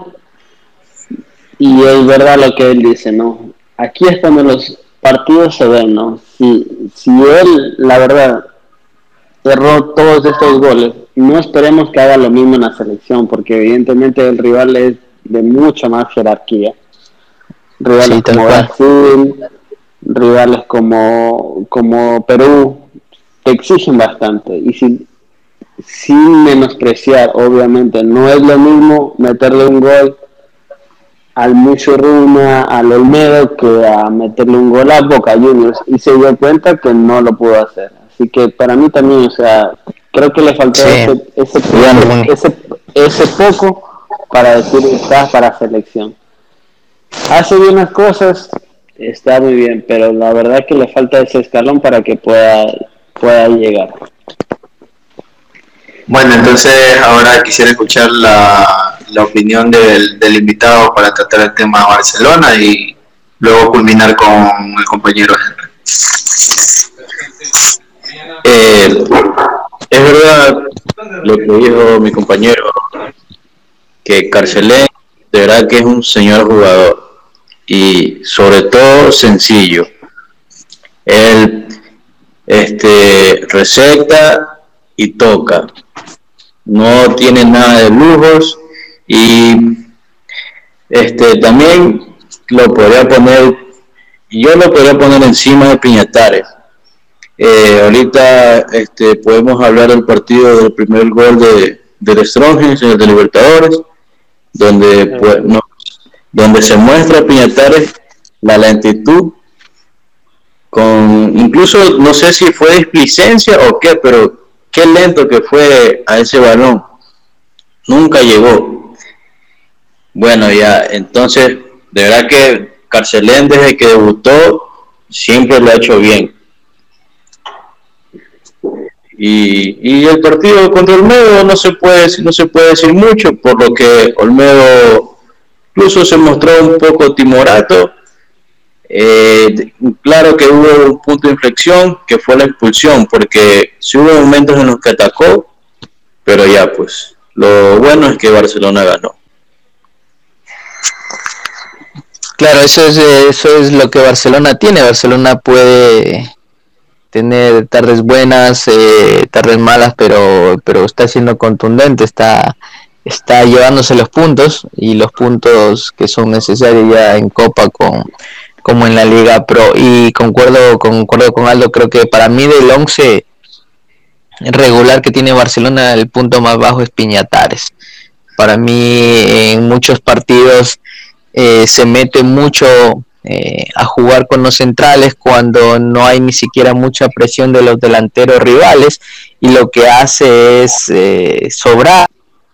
y es verdad lo que él dice, ¿no? Aquí es cuando los partidos se ven, ¿no? Si, si él, la verdad, erró todos estos goles, no esperemos que haga lo mismo en la selección, porque evidentemente el rival es de mucha más jerarquía. Rivales sí, como Brasil, rivales como, como Perú te exigen bastante y sin, sin menospreciar, obviamente, no es lo mismo meterle un gol al Muchurruna, al Olmedo, que a meterle un gol a Boca Juniors, y se dio cuenta que no lo pudo hacer. Así que para mí también, o sea, creo que le faltó sí. ese, ese, ese, ese, ese poco para decir estás para selección. Hace bien las cosas, está muy bien, pero la verdad que le falta ese escalón para que pueda, pueda llegar. Bueno, entonces ahora quisiera escuchar la, la opinión del, del invitado para tratar el tema de Barcelona y luego culminar con el compañero Henry. Eh, es verdad lo que dijo mi compañero, que Carcelén de verdad que es un señor jugador y sobre todo sencillo. Él este, receta y toca. No tiene nada de lujos y este también lo podría poner, yo lo podría poner encima de Piñatares. Eh, ahorita este, podemos hablar del partido del primer gol de del Strongest, el de Libertadores, donde pues, no, donde se muestra a Piñatares la lentitud, con incluso no sé si fue displicencia o qué, pero qué lento que fue a ese balón, nunca llegó. Bueno, ya, entonces, de verdad que Carcelén desde que debutó siempre lo ha hecho bien. Y, y el partido contra Olmedo no se puede no se puede decir mucho, por lo que Olmedo incluso se mostró un poco timorato. Eh, claro que hubo un punto de inflexión que fue la expulsión, porque sí hubo momentos en los que atacó, pero ya pues lo bueno es que Barcelona ganó. Claro, eso es eso es lo que Barcelona tiene. Barcelona puede tener tardes buenas, eh, tardes malas, pero pero está siendo contundente, está está llevándose los puntos y los puntos que son necesarios ya en Copa con como en la Liga Pro. Y concuerdo concuerdo con Aldo, creo que para mí del once regular que tiene Barcelona, el punto más bajo es Piñatares. Para mí en muchos partidos eh, se mete mucho eh, a jugar con los centrales cuando no hay ni siquiera mucha presión de los delanteros rivales, y lo que hace es eh, sobrar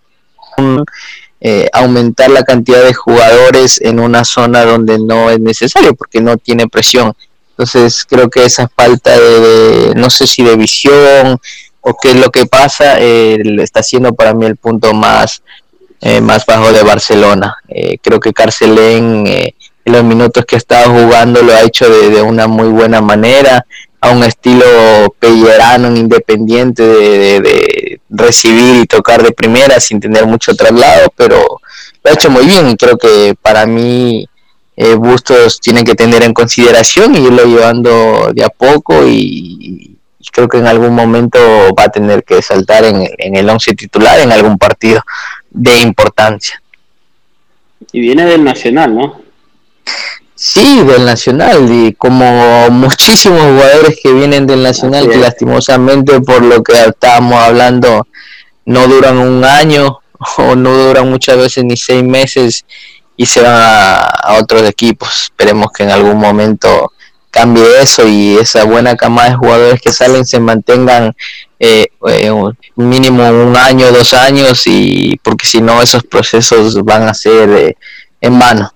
Eh, aumentar la cantidad de jugadores en una zona donde no es necesario porque no tiene presión. Entonces creo que esa falta de, de no sé si de visión o qué es lo que pasa, eh, está siendo para mí el punto más eh, más bajo de Barcelona. Eh, creo que Carcelén eh, en los minutos que ha estado jugando lo ha hecho de, de una muy buena manera, a un estilo pellerano en Independiente de, de, de recibir y tocar de primera sin tener mucho traslado, pero lo ha hecho muy bien y creo que para mí eh, Bustos tiene que tener en consideración y irlo llevando de a poco, y, y creo que en algún momento va a tener que saltar en, en el once titular en algún partido de importancia. Y viene del Nacional, ¿no? Sí, del Nacional, y como muchísimos jugadores que vienen del Nacional, que lastimosamente por lo que estábamos hablando no duran un año o no duran muchas veces ni seis meses y se van a, a otros equipos. Esperemos que en algún momento cambie eso y esa buena camada de jugadores que salen se mantengan eh, eh, mínimo un año, dos años, y porque si no esos procesos van a ser eh, en vano.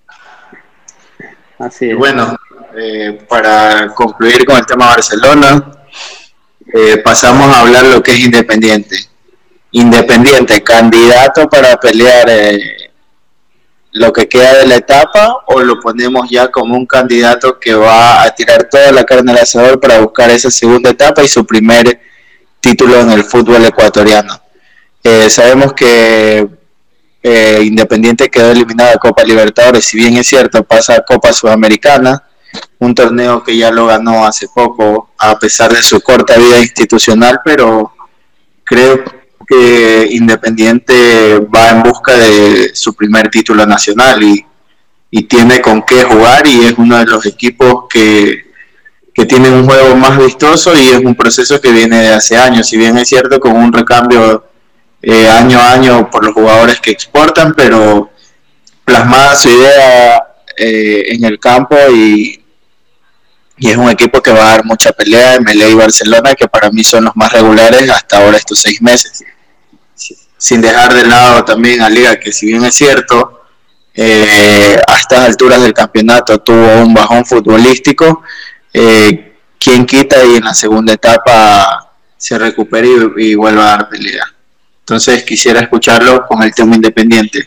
Así es. Bueno, eh, para concluir con el tema Barcelona, eh, pasamos a hablar lo que es Independiente. Independiente, candidato para pelear eh, lo que queda de la etapa, o lo ponemos ya como un candidato que va a tirar toda la carne al asador para buscar esa segunda etapa y su primer título en el fútbol ecuatoriano. Eh, sabemos que Eh, Independiente quedó eliminado de Copa Libertadores, si bien es cierto, pasa a Copa Sudamericana, un torneo que ya lo ganó hace poco a pesar de su corta vida institucional, pero creo que Independiente va en busca de su primer título nacional y y tiene con qué jugar, y es uno de los equipos que, que tiene un juego más vistoso, y es un proceso que viene de hace años, si bien es cierto con un recambio eh, año a año por los jugadores que exportan, pero plasmada su idea eh, en el campo, y, y es un equipo que va a dar mucha pelea. M L A y Barcelona, que para mí son los más regulares hasta ahora estos seis meses, sin dejar de lado también a Liga, que si bien es cierto Eh, a estas alturas del campeonato tuvo un bajón futbolístico, eh, quien quita y en la segunda etapa se recupere y, y vuelva a dar pelea. Entonces quisiera escucharlo con el tema Independiente.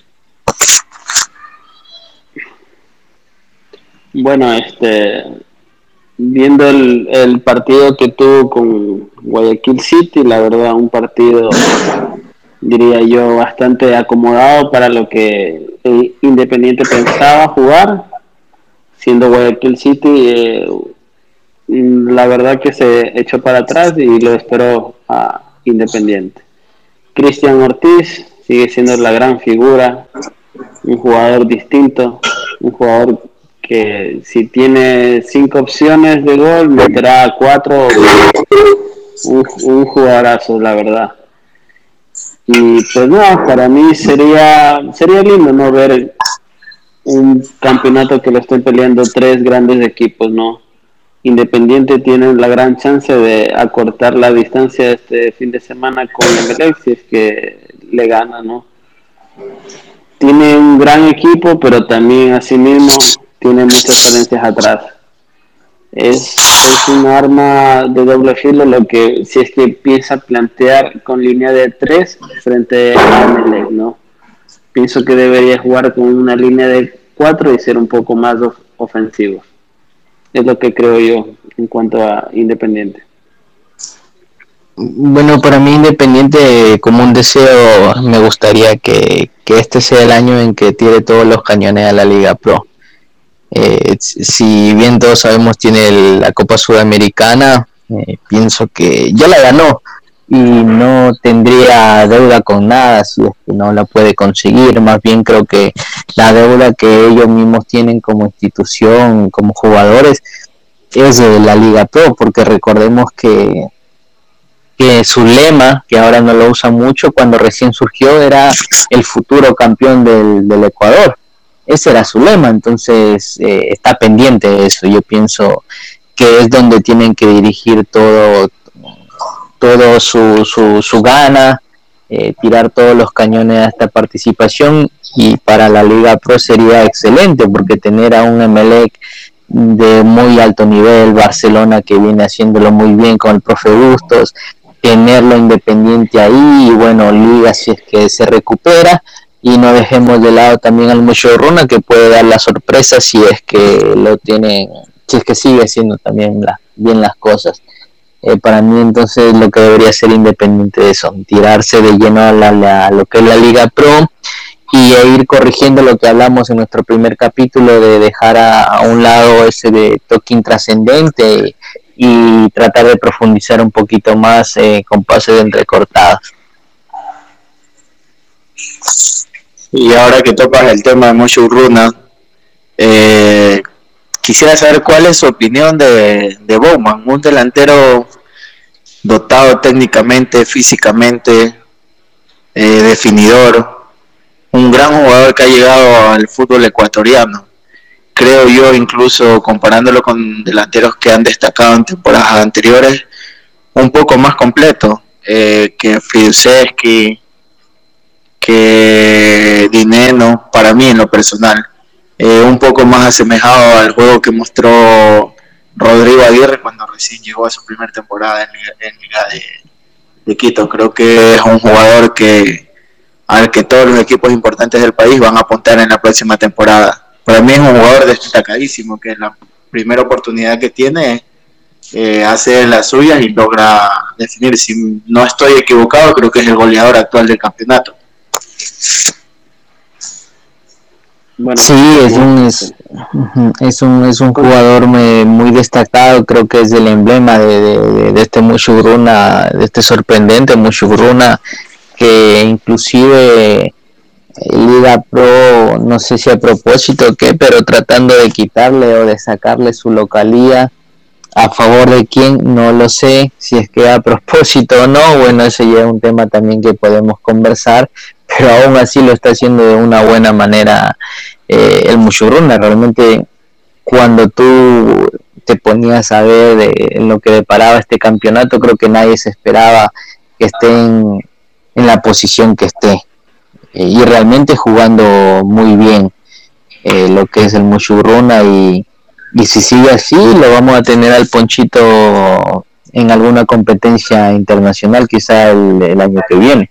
Bueno, este viendo el, el partido que tuvo con Guayaquil City, la verdad un partido, diría yo, bastante acomodado para lo que el Independiente pensaba jugar, siendo Guayaquil City eh, la verdad que se echó para atrás y lo esperó a Independiente. Cristian Ortiz sigue siendo la gran figura, un jugador distinto, un jugador que si tiene cinco opciones de gol meterá cuatro, un, un jugadorazo, la verdad. Y pues no, para mí sería sería lindo no ver un campeonato que lo estén peleando tres grandes equipos, ¿no? Independiente tiene la gran chance de acortar la distancia este fin de semana con Emelec si es que le gana, ¿no? Tiene un gran equipo, pero también asimismo tiene muchas falencias atrás. Es, es un arma de doble filo lo que si es que empieza a plantear con línea de tres frente a Emelec, ¿no? Pienso que debería jugar con una línea de cuatro y ser un poco más of- ofensivo. Es lo que creo yo en cuanto a Independiente. Bueno, para mí Independiente, como un deseo, me gustaría que, que este sea el año en que tire todos los cañones a la Liga Pro. Eh, si bien todos sabemos tiene el, la Copa Sudamericana, eh, pienso que ya la ganó y no tendría deuda con nada si es que no la puede conseguir. Más bien creo que la deuda que ellos mismos tienen como institución, como jugadores, es de la Liga Pro, porque recordemos que que su lema, que ahora no lo usa mucho, cuando recién surgió era el futuro campeón del, del Ecuador. Ese era su lema, entonces eh, está pendiente de eso. Yo pienso que es donde tienen que dirigir todo, todo su, su, su gana, eh, tirar todos los cañones a esta participación, y para la Liga Pro sería excelente, porque tener a un Emelec de muy alto nivel, Barcelona que viene haciéndolo muy bien con el profe Bustos, tenerlo Independiente ahí, y bueno, Liga si es que se recupera, y no dejemos de lado también al Muchurruna, que puede dar la sorpresa si es que lo tiene, si es que sigue haciendo también la, bien las cosas. Eh, para mí entonces lo que debería ser Independiente de eso, tirarse de lleno a, la, la, a lo que es la Liga Pro, y e ir corrigiendo lo que hablamos en nuestro primer capítulo, de dejar a, a un lado ese de toque intrascendente y tratar de profundizar un poquito más eh, con pases entrecortados. Y ahora que tocas el tema de Muchurruna, eh, quisiera saber cuál es su opinión de, de Bowman, un delantero dotado técnicamente, físicamente, eh, definidor, un gran jugador que ha llegado al fútbol ecuatoriano. Creo yo, incluso comparándolo con delanteros que han destacado en temporadas anteriores, un poco más completo eh, que Friuseski, que Dineno, para mí en lo personal, eh, un poco más asemejado al juego que mostró Rodrigo Aguirre cuando recién llegó a su primera temporada en Liga, en Liga de, de Quito. Creo que es un jugador que al que todos los equipos importantes del país van a apuntar en la próxima temporada. Para mí es un jugador destacadísimo, que en la primera oportunidad que tiene eh, hace las suyas y logra definir. Si no estoy equivocado, creo que es el goleador actual del campeonato. Bueno, sí, es un es, es un es un jugador muy destacado. Creo que es el emblema de, de, de este Muchurruna, de este sorprendente Muchurruna, que inclusive Liga Pro no, no sé si a propósito o qué, pero tratando de quitarle o de sacarle su localía. ¿A favor de quién? No lo sé, si es que a propósito o no, bueno, ese ya es un tema también que podemos conversar, pero aún así lo está haciendo de una buena manera eh, el Muchurruna. Realmente cuando tú te ponías a ver de, en lo que deparaba este campeonato, creo que nadie se esperaba que esté en, en la posición que esté, eh, y realmente jugando muy bien eh, lo que es el Muchurruna, y Y si sigue así, lo vamos a tener al Ponchito en alguna competencia internacional, quizá el, el año que viene.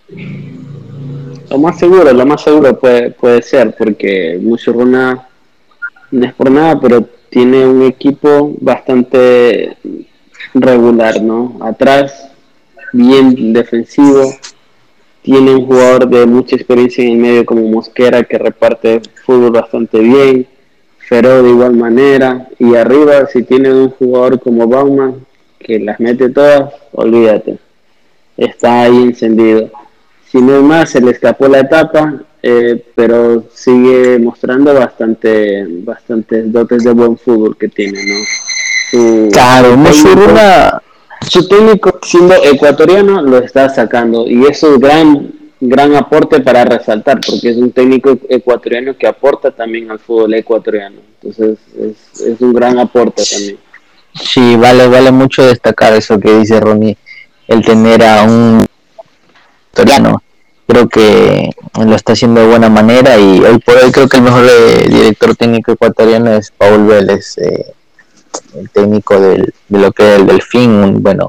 Lo más seguro, lo más seguro puede, puede ser, porque Muchurruna no es por nada, pero tiene un equipo bastante regular, ¿no? Atrás, bien defensivo, tiene un jugador de mucha experiencia en el medio como Mosquera, que reparte fútbol bastante bien. Feró de igual manera, y arriba si tiene un jugador como Bauman que las mete todas, olvídate, está ahí encendido. Si no es más, se le escapó la etapa, eh, pero sigue mostrando bastante bastantes dotes de buen fútbol que tiene, ¿no? Su, claro, su, técnico, su técnico siendo ecuatoriano lo está sacando, y eso es gran gran aporte para resaltar, porque es un técnico ecuatoriano que aporta también al fútbol ecuatoriano, entonces es, es un gran aporte también. Sí, vale, vale mucho destacar eso que dice Ronnie, el tener a un ecuatoriano. Creo que lo está haciendo de buena manera, y hoy por hoy creo que el mejor eh, director técnico ecuatoriano es Paul Vélez, eh, el técnico del, de lo que es el Delfín. Bueno,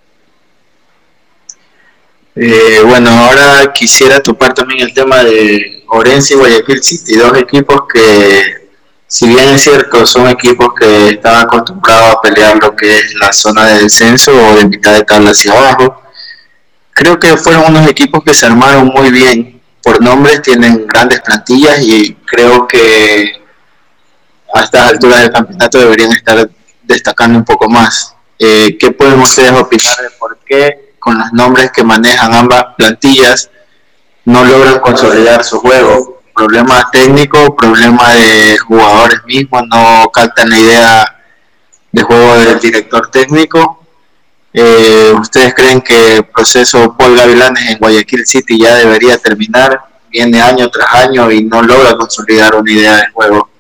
Eh, bueno, ahora quisiera topar también el tema de Orense y Guayaquil City, dos equipos que, si bien es cierto, son equipos que están acostumbrados a pelear lo que es la zona de descenso o de mitad de tabla hacia abajo. Creo que fueron unos equipos que se armaron muy bien. Por nombres tienen grandes plantillas, y creo que a estas alturas del campeonato deberían estar destacando un poco más. Eh, ¿Qué pueden ustedes opinar de por qué con los nombres que manejan ambas plantillas no logran consolidar su juego? Problema técnico, problema de jugadores mismos, no captan la idea de juego del director técnico. Eh, ¿Ustedes creen que el proceso Paul Gavilanes en Guayaquil City ya debería terminar? Viene año tras año y no logra consolidar una idea de juego.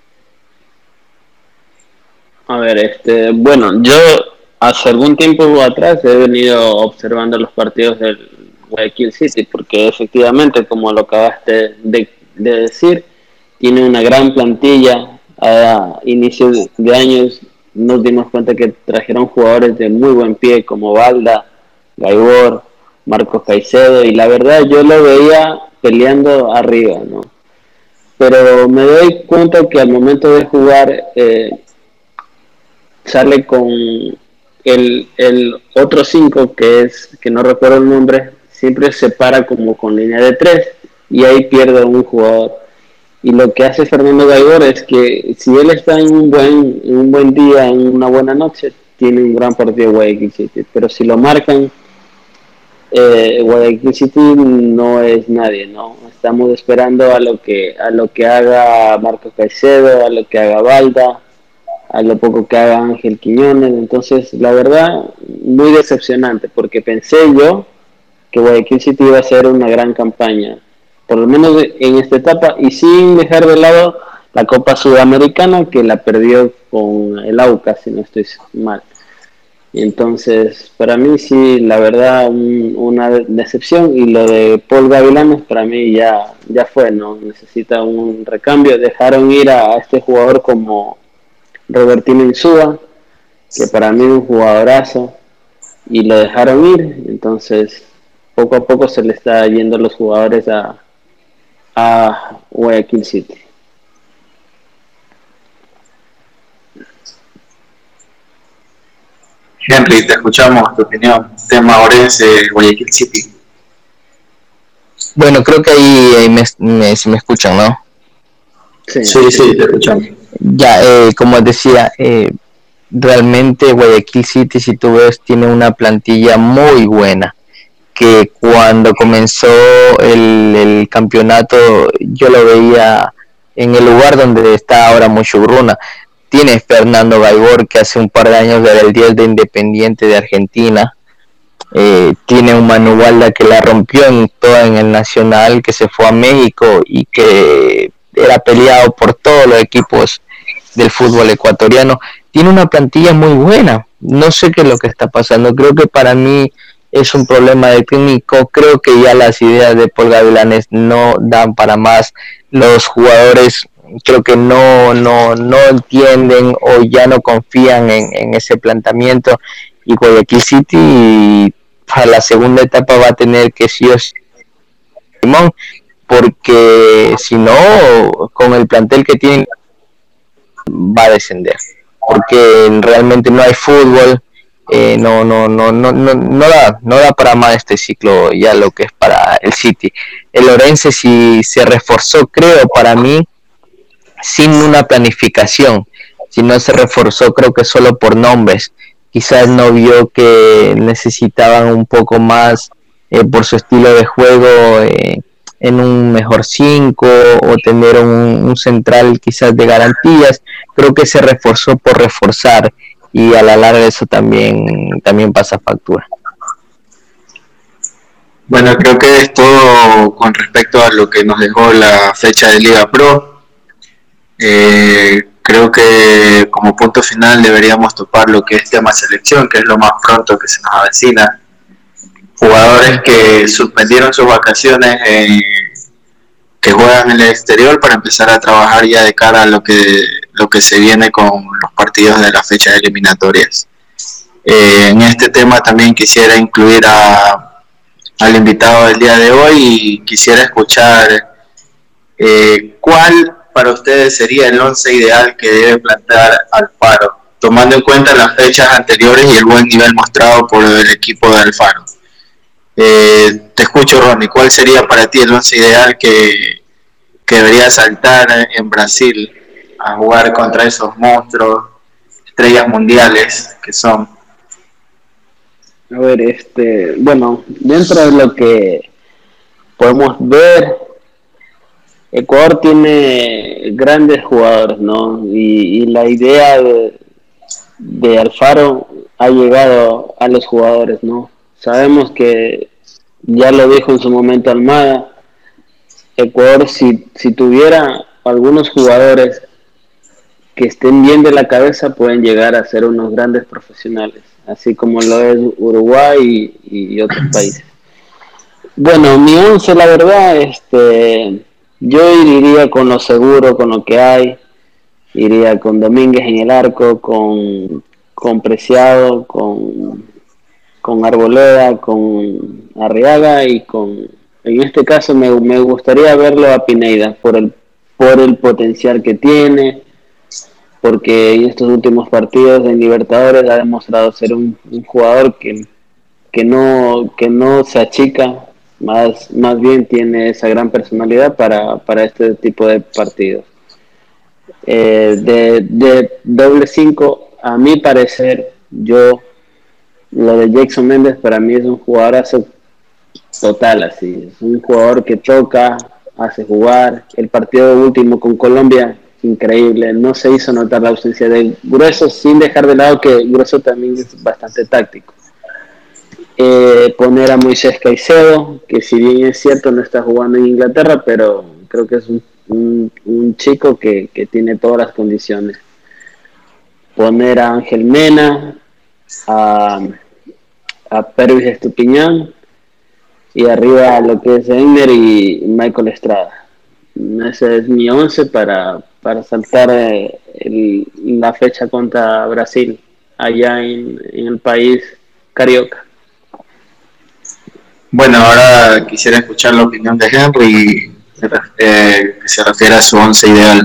A ver, este, bueno, yo hace algún tiempo atrás he venido observando los partidos del Guayaquil City, porque efectivamente, como lo acabaste de, de decir, tiene una gran plantilla. A inicios de años nos dimos cuenta que trajeron jugadores de muy buen pie como Balda, Gaibor, Marcos Caicedo, y la verdad yo lo veía peleando arriba, ¿no? Pero me doy cuenta que al momento de jugar eh, sale con el, el otro cinco, que es, que no recuerdo el nombre, siempre se para como con línea de tres, y ahí pierde un jugador. Y lo que hace Fernando Gaibor es que si él está en un buen, en un buen día, en una buena noche, tiene un gran partido de Guayaquil City. Pero si lo marcan, eh, Guayaquil City no es nadie, ¿no? Estamos esperando a lo que a lo que haga Marcos Caicedo, a lo que haga Balda, a lo poco que haga Ángel Quiñones. Entonces, la verdad, muy decepcionante, porque pensé yo que Guayaquil City iba a hacer una gran campaña, por lo menos en esta etapa, y sin dejar de lado la Copa Sudamericana, que la perdió con el Aucas, si no estoy mal. Y entonces, para mí sí, la verdad, un, una decepción, y lo de Paul Gavilanes para mí ya, ya fue, ¿no? Necesita un recambio. Dejaron ir a, a este jugador como Robertino Insúa, que para mí es un jugadorazo, y lo dejaron ir. Entonces, poco a poco se le está yendo los jugadores a a Guayaquil City. Henry, te escuchamos, tu opinión. Tema Orense, Guayaquil City. bueno, creo que ahí, ahí me, me, si me escuchan, ¿no? Sí, sí, sí, te escuchamos. Ya, eh, como decía, eh, realmente Guayaquil City, si tú ves, tiene una plantilla muy buena, que cuando comenzó el, el campeonato yo lo veía en el lugar donde está ahora Muchugruna. Tiene Fernando Gaibor, que hace un par de años era el diez de Independiente de Argentina. Eh, tiene un Manu Valda que la rompió en todo en el Nacional, que se fue a México y que era peleado por todos los equipos del fútbol ecuatoriano. Tiene una plantilla muy buena. No sé qué es lo que está pasando. Creo que para mí es un problema de técnico. Creo que ya las ideas de Paul Gavilanes no dan para más. Los jugadores creo que no no no entienden o ya no confían en, en ese planteamiento, y Guayaquil City para la segunda etapa va a tener que sí o sí, porque si no, con el plantel que tienen va a descender, porque realmente no hay fútbol. Eh, no, no, no, no, no, no da, no da para más este ciclo ya lo que es para el City. El Orense sí se reforzó, creo, para mí, sin una planificación, si no se reforzó creo que solo por nombres. Quizás no vio que necesitaban un poco más eh, por su estilo de juego eh, en un mejor cinco o tener un, un central quizás de garantías. Creo que se reforzó por reforzar, y a la larga eso también también pasa factura. Bueno, creo que es todo con respecto a lo que nos dejó la fecha de Liga Pro. Eh, creo que como punto final deberíamos topar lo que es tema selección, que es lo más pronto que se nos avecina. Jugadores que suspendieron sus vacaciones, eh, que juegan en el exterior para empezar a trabajar ya de cara a lo que lo que se viene con los partidos de la fecha de eliminatorias. Eh, en este tema también quisiera incluir a, al invitado del día de hoy, y quisiera escuchar eh, cuál para ustedes sería el once ideal que debe plantear Alfaro, tomando en cuenta las fechas anteriores y el buen nivel mostrado por el equipo de Alfaro. Eh, te escucho, Ronnie, ¿cuál sería para ti el once ideal que, que debería saltar en Brasil a jugar contra esos monstruos, estrellas mundiales que son? A ver, este, bueno, dentro de lo que podemos ver, Ecuador tiene grandes jugadores, ¿no? Y, y la idea de, de Alfaro ha llegado a los jugadores, ¿no? Sabemos que, ya lo dijo en su momento Almada, Ecuador si, si tuviera algunos jugadores que estén bien de la cabeza pueden llegar a ser unos grandes profesionales, así como lo es Uruguay y, y otros países. Bueno, mi once, la verdad, este, yo iría con lo seguro, con lo que hay. Iría con Domínguez en el arco, con, con Preciado, con, con Arboleda, con Arriaga, y con, en este caso me, me gustaría verlo a Pineda por el, por el potencial que tiene, porque en estos últimos partidos de Libertadores ha demostrado ser un, un jugador que, que, no, que no se achica, más, más bien tiene esa gran personalidad para, para este tipo de partidos. Eh, de, de doble cinco, a mi parecer, yo, lo de Jackson Méndez para mí es un jugadorazo total, así, es un jugador que toca, hace jugar. El partido último con Colombia, increíble, no se hizo notar la ausencia de Grueso, sin dejar de lado que Grueso también es bastante táctico. Eh, poner a Moisés Caicedo, que si bien es cierto no está jugando en Inglaterra, pero creo que es un, un, un chico que, que tiene todas las condiciones. Poner a Ángel Mena, a, a Pervis Estupiñán, y arriba lo que es Einer y Michael Estrada. Ese es mi once para, para saltar eh, el, la fecha contra Brasil, allá en, en el país carioca. Bueno, ahora quisiera escuchar la opinión de Henry, eh, que se refiere a su once ideal.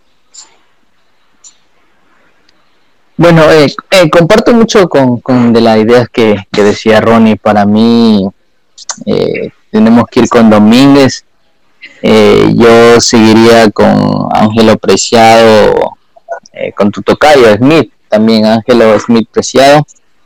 Bueno, eh, eh, comparto mucho con, con de las ideas que, que decía Ronnie. Para mí eh, tenemos que ir con Domínguez. Eh, yo seguiría con Ángelo Preciado, eh, con tu tocayo Smith, también Ángelo Smith Preciado.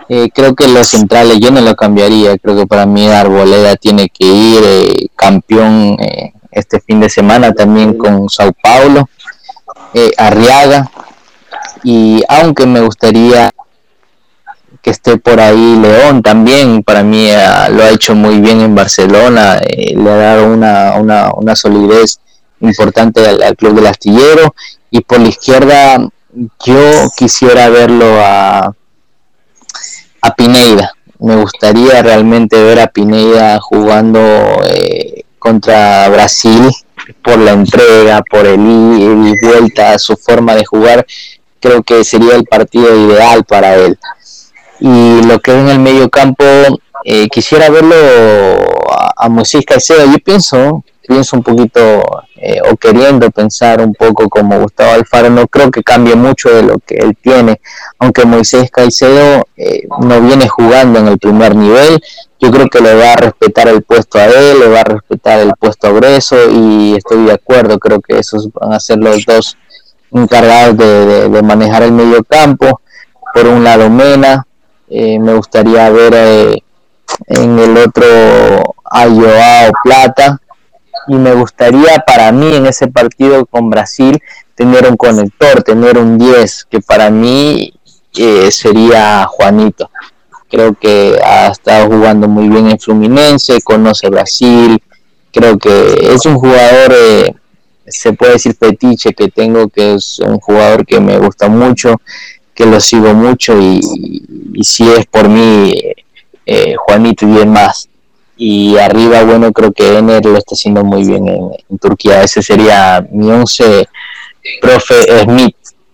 Eh, creo que los centrales yo no lo cambiaría, creo que para mí Arboleda tiene que ir eh, campeón eh, este fin de semana también con Sao Paulo, eh, Arriaga, y aunque me gustaría que esté por ahí León también, para mí eh, lo ha hecho muy bien en Barcelona, eh, le ha dado una, una, una solidez importante al, al club del astillero, y por la izquierda yo quisiera verlo a a Pineda. Me gustaría realmente ver a Pineda jugando eh, contra Brasil por la entrega, por el ida y vuelta, su forma de jugar. Creo que sería el partido ideal para él. Y lo que es en el medio campo, eh, quisiera verlo a, a Moisés Caicedo. Yo pienso, pienso un poquito, eh, o queriendo pensar un poco como Gustavo Alfaro, no creo que cambie mucho de lo que él tiene, aunque Moisés Caicedo eh, no viene jugando en el primer nivel. Yo creo que le va a respetar el puesto a él, le va a respetar el puesto a Breso, y estoy de acuerdo, creo que esos van a ser los dos encargados de, de, de manejar el medio campo. Por un lado Mena, eh, me gustaría ver eh, en el otro a Joao Plata, y me gustaría para mí en ese partido con Brasil tener un conector, tener un diez, que para mí eh, sería Juanito. Creo que ha estado jugando muy bien en Fluminense, conoce Brasil, creo que es un jugador, eh, se puede decir fetiche que tengo, que es un jugador que me gusta mucho, que lo sigo mucho, y, y si es por mí, eh, Juanito y bien más. Y arriba, bueno, creo que Ener lo está haciendo muy bien en, en Turquía. Ese sería mi once, profe Smith.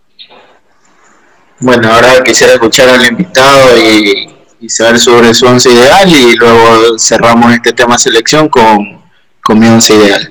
Bueno, ahora quisiera escuchar al invitado y, y saber sobre su once ideal, y luego cerramos este tema selección con, con mi once ideal.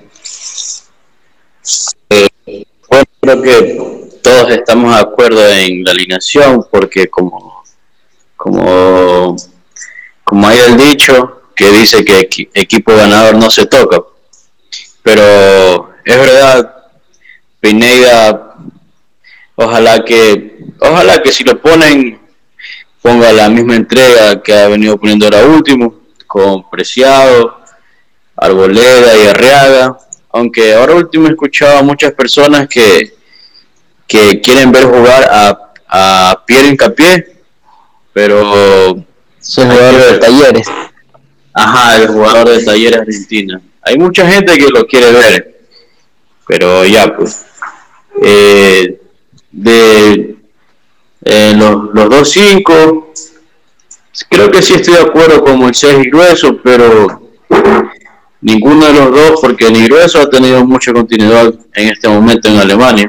Eh, bueno, creo que todos estamos de acuerdo en la alineación, porque como como como hay el dicho que dice que equi- equipo ganador no se toca, pero es verdad. Pineda, ojalá que ojalá que si lo ponen ponga la misma entrega que ha venido poniendo ahora último, con Preciado, Arboleda y Arriaga, aunque ahora último he escuchado a muchas personas que que quieren ver jugar a, a Pierre Hincapié, pero Es el jugador de Talleres. Ajá, el jugador de Talleres Argentina. Hay mucha gente que lo quiere ver, pero ya pues. Eh, de eh, los, los dos cinco, creo que sí estoy de acuerdo con Moisés y Grueso, pero ninguno de los dos, porque ni Grueso ha tenido mucha continuidad en este momento en Alemania.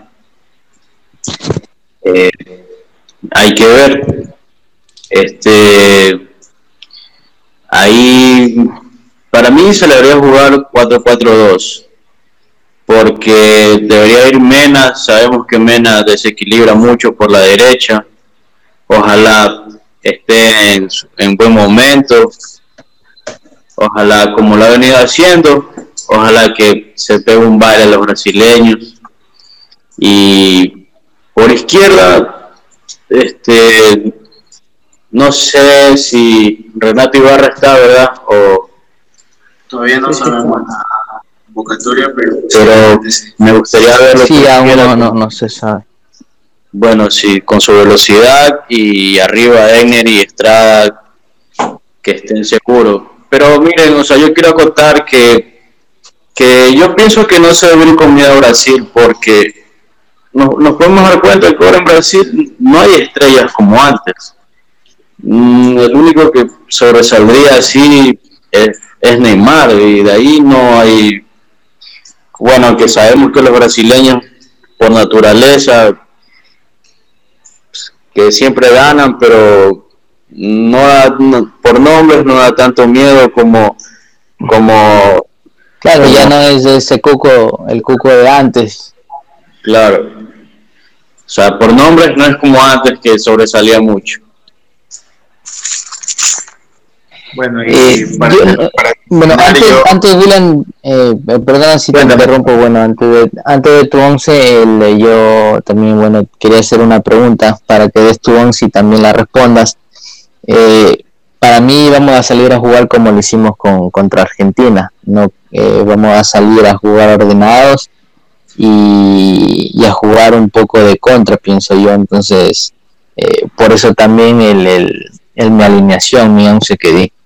Eh, hay que ver. Este, ahí, para mí se le debería jugar cuatro cuatro dos, porque debería ir Mena. Sabemos que Mena desequilibra mucho por la derecha. Ojalá esté en, en buen momento, ojalá como lo ha venido haciendo, ojalá que se pegue un baile a los brasileños. Y por izquierda, este, no sé si Renato Ibarra está, ¿verdad? O Todavía no sabemos la convocatoria, pero, pero me gustaría verlo. Sí, aún no, no, no se sabe. Bueno, sí, con su velocidad, y arriba Egner y Estrada que estén seguros. Pero miren, o sea, yo quiero acotar que que yo pienso que no se debe ir con miedo a Brasil, porque nos, nos podemos dar cuenta que ahora en Brasil no hay estrellas como antes. Mm, el único que sobresaldría así es, es Neymar, y de ahí no hay. Bueno, que sabemos que los brasileños por naturaleza que siempre ganan, pero no, da, no por nombres no da tanto miedo como como Claro, como, ya no es ese cuco, el cuco de antes. Claro, o sea, por nombres no es como antes, que sobresalía mucho. bueno, y Eh, para, yo, para bueno, antes, yo, antes Dylan, eh, perdona si te Cuéntame. interrumpo, bueno, antes de, antes de tu once, eh, yo también, bueno, quería hacer una pregunta para que des tu once y también la respondas. Eh, para mí vamos a salir a jugar como lo hicimos con, contra Argentina, no eh, vamos a salir a jugar ordenados y, y a jugar un poco de contra, pienso yo. Entonces eh, por eso también el, el, el mi alineación, mi once que di.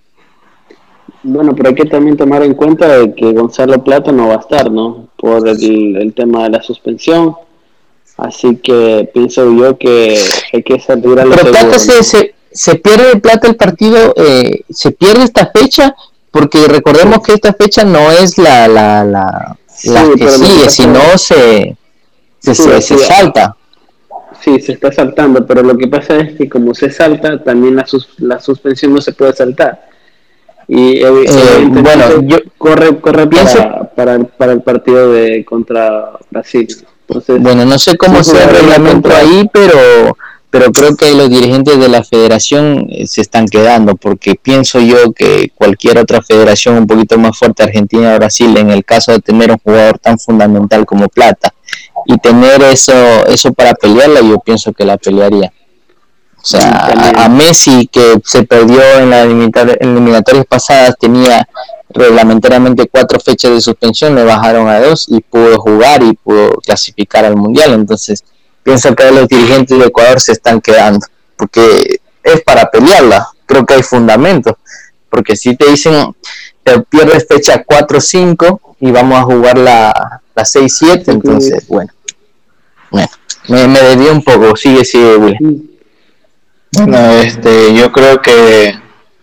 Bueno, pero hay que también tomar en cuenta de que Gonzalo Plata no va a estar, ¿no? Por el, el tema de la suspensión. Así que pienso yo que hay que salir a lo Pero seguro, Plata ¿no? se, se, se pierde Plata el partido, eh, se pierde esta fecha, porque recordemos que esta fecha no es la, la, la, Sí, la que pero lo que sigue, pasa sino es- se, se, Sí, se, se sí. salta. Sí, se está saltando, pero lo que pasa es que como se salta, también la, sus- la suspensión no se puede saltar. Y ev- Eh, bueno, evidentemente yo corre, corre pienso, para, para, el- para el partido de contra Brasil. Entonces, bueno, no sé sí cómo sea el jugaría reglamento contra... ahí, pero pero creo que los dirigentes de la federación eh, se están quedando, porque pienso yo que cualquier otra federación un poquito más fuerte, Argentina o Brasil, en el caso de tener un jugador tan fundamental como Plata y tener eso eso para pelearla, yo pienso que la pelearía. O sea, Y a, a también, Messi, que se perdió en las eliminatorias pasadas, tenía reglamentariamente cuatro fechas de suspensión, le bajaron a dos y pudo jugar y pudo clasificar al Mundial. Entonces, pienso que los dirigentes de Ecuador se están quedando, porque es para pelearla, creo que hay fundamentos, porque si te dicen, te pierdes fecha cuatro cinco y vamos a jugar la, la seis siete, entonces, bueno, bueno me, me desvié un poco, sigue, sigue, Will. Bueno, este, yo creo que,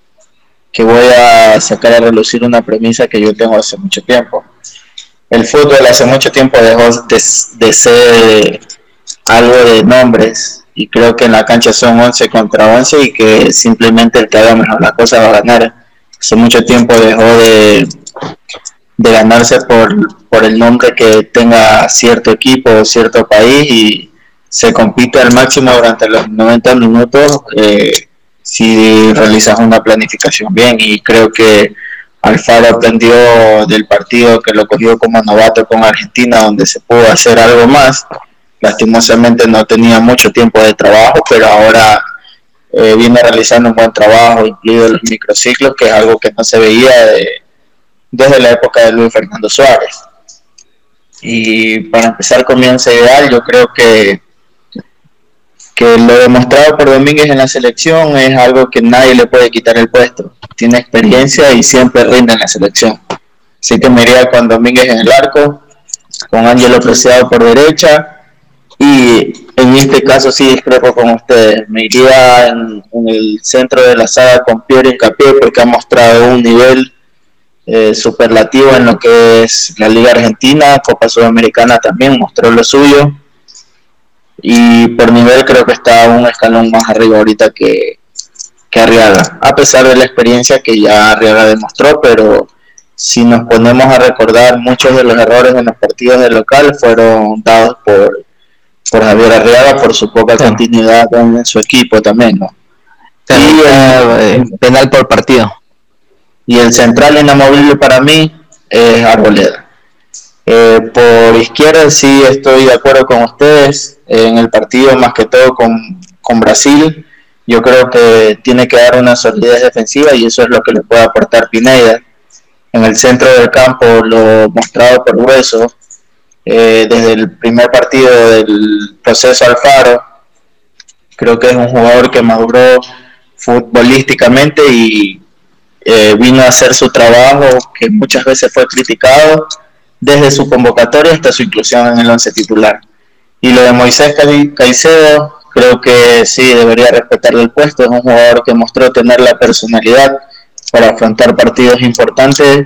que voy a sacar a relucir una premisa que yo tengo hace mucho tiempo. El fútbol hace mucho tiempo dejó de, de ser algo de nombres, y creo que en la cancha son once contra once y que simplemente el que haga mejor las cosas va a ganar. Hace mucho tiempo dejó de, de ganarse por, por el nombre que tenga cierto equipo o cierto país, y se compite al máximo durante los noventa minutos eh, si realizas una planificación bien. Y creo que Alfaro aprendió del partido que lo cogió como novato con Argentina, donde se pudo hacer algo más. Lastimosamente no tenía mucho tiempo de trabajo, pero ahora eh, viene realizando un buen trabajo, incluido los microciclos, que es algo que no se veía de, desde la época de Luis Fernando Suárez. Y para empezar con mi once ideal, yo creo que, que lo demostrado por Domínguez en la selección es algo que nadie le puede quitar el puesto. Tiene experiencia y siempre rinde en la selección. Así que me iría con Domínguez en el arco, con Ángelo Preciado por derecha, y en este caso sí discrepo con ustedes. Me iría en, en el centro de la saga con Piero Hincapié, porque ha mostrado un nivel eh, superlativo en lo que es la Liga Argentina. Copa Sudamericana también mostró lo suyo, y por nivel creo que está un escalón más arriba ahorita que, que Arriaga, a pesar de la experiencia que ya Arriaga demostró. Pero si nos ponemos a recordar, muchos de los errores en los partidos de local fueron dados por, por Javier Arriaga, por su poca Claro. continuidad en su equipo también, ¿no? Claro, Y el, eh, penal por partido. y el central inamovible para mí es Arboleda. Eh, por izquierda sí estoy de acuerdo con ustedes en el partido, más que todo con, con Brasil. Yo creo que tiene que dar una solidez defensiva, y eso es lo que le puede aportar Pineda. En el centro del campo, lo mostrado por Hueso eh, desde el primer partido del proceso Alfaro, creo que es un jugador que maduró futbolísticamente y eh, vino a hacer su trabajo, que muchas veces fue criticado, desde su convocatoria hasta su inclusión en el once titular. Y lo de Moisés Caicedo, creo que sí debería respetarle el puesto. Es un jugador que mostró tener la personalidad para afrontar partidos importantes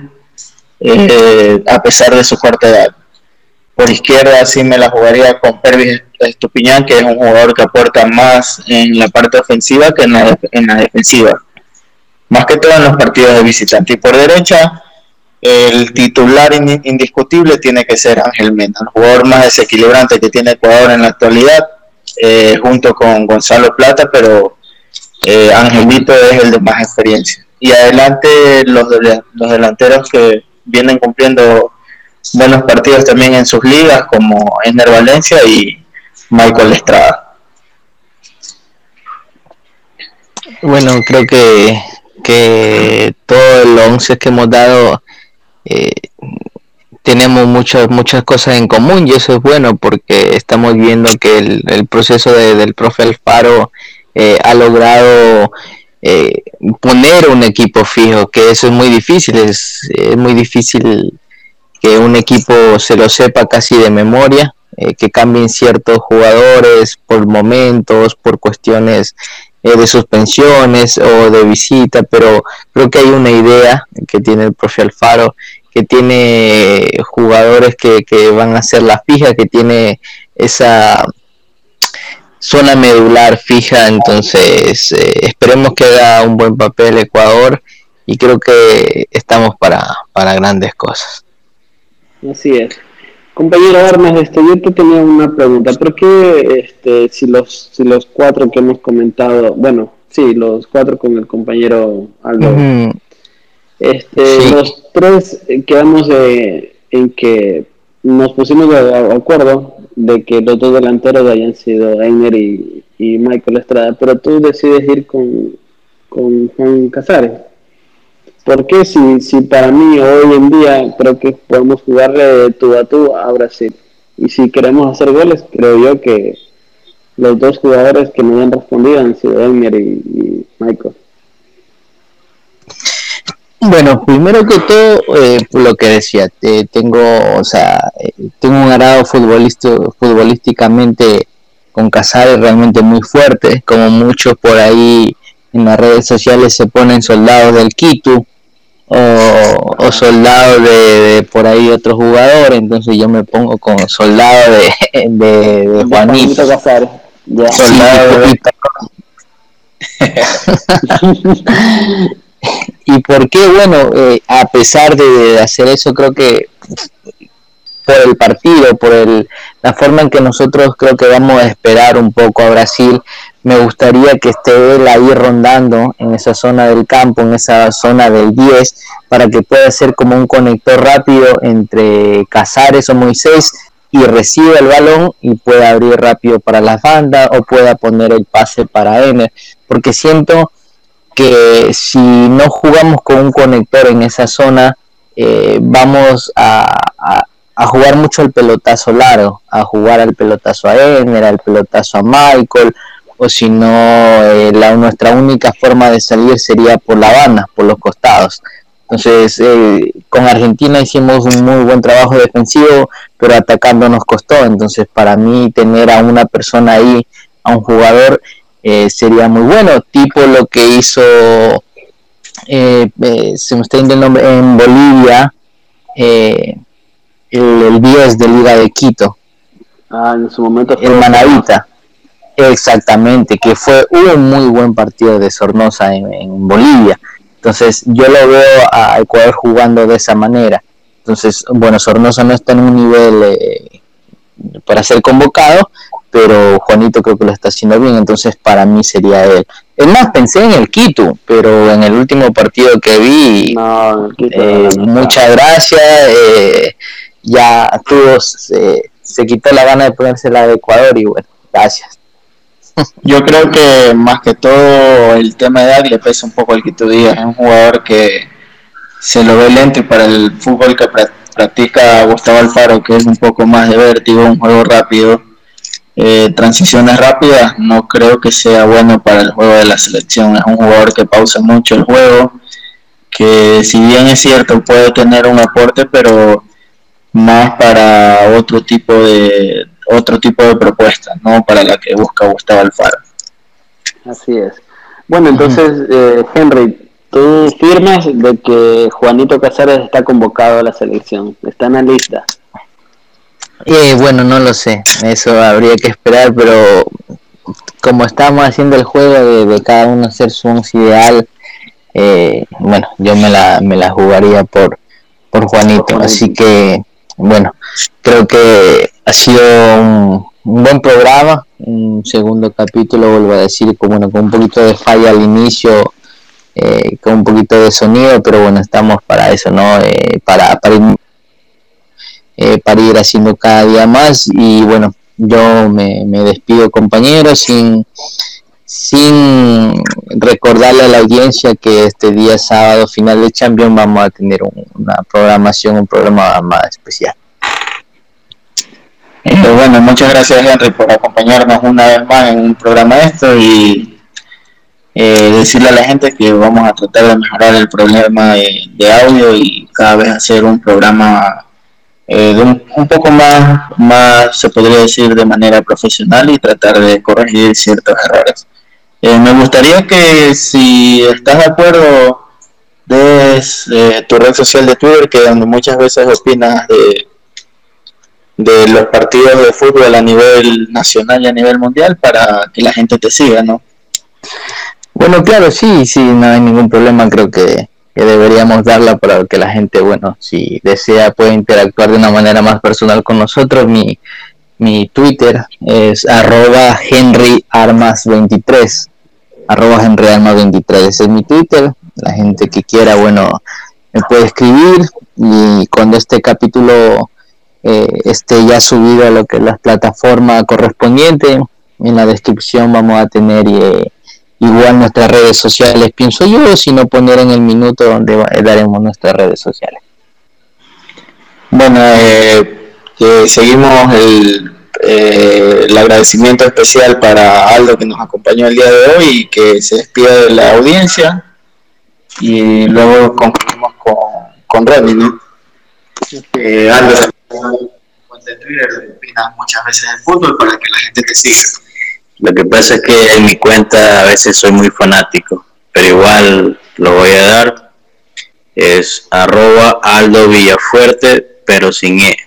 eh, a pesar de su corta edad. Por izquierda sí me la jugaría con Pervis Estupiñán, que es un jugador que aporta más en la parte ofensiva que en la, en la defensiva, más que todo en los partidos de visitante. Y por derecha, el titular indiscutible tiene que ser Ángel Mena, el jugador más desequilibrante que tiene Ecuador en la actualidad, eh, junto con Gonzalo Plata, pero eh, Angelito es el de más experiencia. Y adelante los, de, los delanteros que vienen cumpliendo buenos partidos también en sus ligas, como Ener Valencia y Michael Estrada. Bueno, creo que, que todo el once que hemos dado eh, tenemos muchas muchas cosas en común y eso es bueno porque estamos viendo que el, el proceso de, del profe Alfaro eh, ha logrado eh, poner un equipo fijo, que eso es muy difícil, es, es muy difícil que un equipo se lo sepa casi de memoria, eh, que cambien ciertos jugadores por momentos, por cuestiones eh, de suspensiones o de visita, pero creo que hay una idea que tiene el profe Alfaro, que tiene jugadores que, que van a ser la fija, que tiene esa zona medular fija, entonces eh, esperemos que haga un buen papel Ecuador y creo que estamos para, para grandes cosas. Así es. Compañero Armas, este, yo te tenía una pregunta. ¿Por qué este, si los si los cuatro que hemos comentado, bueno, sí, los cuatro con el compañero Aldo, uh-huh. este, sí. Los tres quedamos de, en que nos pusimos de, de acuerdo de que los dos delanteros hayan sido Einer y, y Michael Estrada, pero tú decides ir con, con Juan Casares. ¿Por qué? Si, si para mí hoy en día creo que podemos jugarle de tú a tú a Brasil. Y si queremos hacer goles, creo yo que los dos jugadores que me han respondido han sido Elmer y, y Michael. Bueno, primero que todo, eh, lo que decía, eh, tengo, o sea, eh, tengo un arado futbolístico, futbolísticamente con Casares realmente muy fuerte, como muchos por ahí en las redes sociales se ponen soldados del Quito, o, o soldado de, de por ahí otro jugador, entonces yo me pongo con soldado de, de, de Juanito Casares, yeah. Soldado de y por qué, bueno, eh, a pesar de, de hacer eso, creo que por el partido, por el, la forma en que nosotros creo que vamos a esperar un poco a Brasil, me gustaría que esté él ahí rondando en esa zona del campo, en esa zona del diez, para que pueda ser como un conector rápido entre Casares o Moisés y reciba el balón y pueda abrir rápido para las bandas o pueda poner el pase para Ener, porque siento que si no jugamos con un conector en esa zona, eh, vamos a, a a jugar mucho el pelotazo largo, a jugar al pelotazo a Ener, al pelotazo a Michael, o si no, eh, la, nuestra única forma de salir sería por la banda, por los costados. Entonces, eh, con Argentina hicimos un muy buen trabajo defensivo, pero atacando nos costó. Entonces, para mí, tener a una persona ahí, a un jugador, eh, sería muy bueno, tipo lo que hizo, eh, eh, se me está yendo el nombre, en Bolivia, eh, el, el diez de Liga de Quito, ah, en su momento el Manavita, exactamente, que fue un muy buen partido de Sornosa en, en Bolivia. Entonces yo lo veo a Ecuador jugando de esa manera. Entonces, bueno, Sornosa no está en un nivel eh, para ser convocado, pero Juanito creo que lo está haciendo bien, entonces para mí sería él. Es más, pensé en el Quito, pero en el último partido que vi, no, Quito, eh, no, no, muchas gracias, eh, ya tuvo, se, se quitó la gana de ponerse la de Ecuador y bueno, gracias. Yo creo que más que todo el tema de edad le pesa un poco al Quito Díaz, es un jugador que se lo ve lento y para el fútbol que practica Gustavo Alfaro, que es un poco más de vértigo, un juego rápido, eh, transiciones rápidas, no creo que sea bueno para el juego de la selección. Es un jugador que pausa mucho el juego, que si bien es cierto puede tener un aporte, pero más para otro tipo de otro tipo de propuesta, no para la que busca Gustavo Alfaro. Así es. Bueno, entonces, eh, Henry, ¿tú firmas de que Juanito Casares está convocado a la selección? ¿Está en la lista? Eh, bueno, no lo sé, eso habría que esperar, pero como estamos haciendo el juego de, de cada uno hacer su once ideal, eh, bueno, yo me la, me la jugaría por, por Juanito, por Juanito, así que bueno, creo que ha sido un, un buen programa, un segundo capítulo, vuelvo a decir, con, bueno, con un poquito de falla al inicio, eh, con un poquito de sonido, pero bueno, estamos para eso, ¿no? Eh, para, para, ir, eh, para ir haciendo cada día más y bueno, yo me, me despido, compañeros, sin, sin recordarle a la audiencia que este día sábado, final de Champions, vamos a tener un, una programación, un programa más especial. Eh, bueno, muchas gracias, Henry, por acompañarnos una vez más en un programa de esto y eh, decirle a la gente que vamos a tratar de mejorar el problema de, de audio y cada vez hacer un programa eh, de un, un poco más, más, se podría decir, de manera profesional y tratar de corregir ciertos errores. Eh, me gustaría que, si estás de acuerdo, des eh, tu red social de Twitter, que donde muchas veces opinas de, de los partidos de fútbol a nivel nacional y a nivel mundial, para que la gente te siga, ¿no? Bueno, claro, sí, sí, no hay ningún problema, creo que, que deberíamos darla para que la gente, bueno, si desea puede interactuar de una manera más personal con nosotros. Mi, mi Twitter es arroba henry armas veintitrés, arroba henry armas veintitrés, ese es mi Twitter. La gente que quiera, bueno, me puede escribir, y cuando este capítulo eh, esté ya subido a lo que es la plataforma correspondiente, en la descripción vamos a tener eh, igual nuestras redes sociales, pienso yo, si no poner en el minuto donde daremos nuestras redes sociales. Bueno, eh, eh, seguimos el, eh, el agradecimiento especial para Aldo, que nos acompañó el día de hoy y que se despide de la audiencia, y luego concluimos con, con Remy, ¿no? Eh, Aldo, de Twitter, opinas muchas veces del fútbol para que la gente te siga. Lo que pasa es que en mi cuenta a veces soy muy fanático, pero igual lo voy a dar. Es arroba Aldo Villafuerte, pero sin E.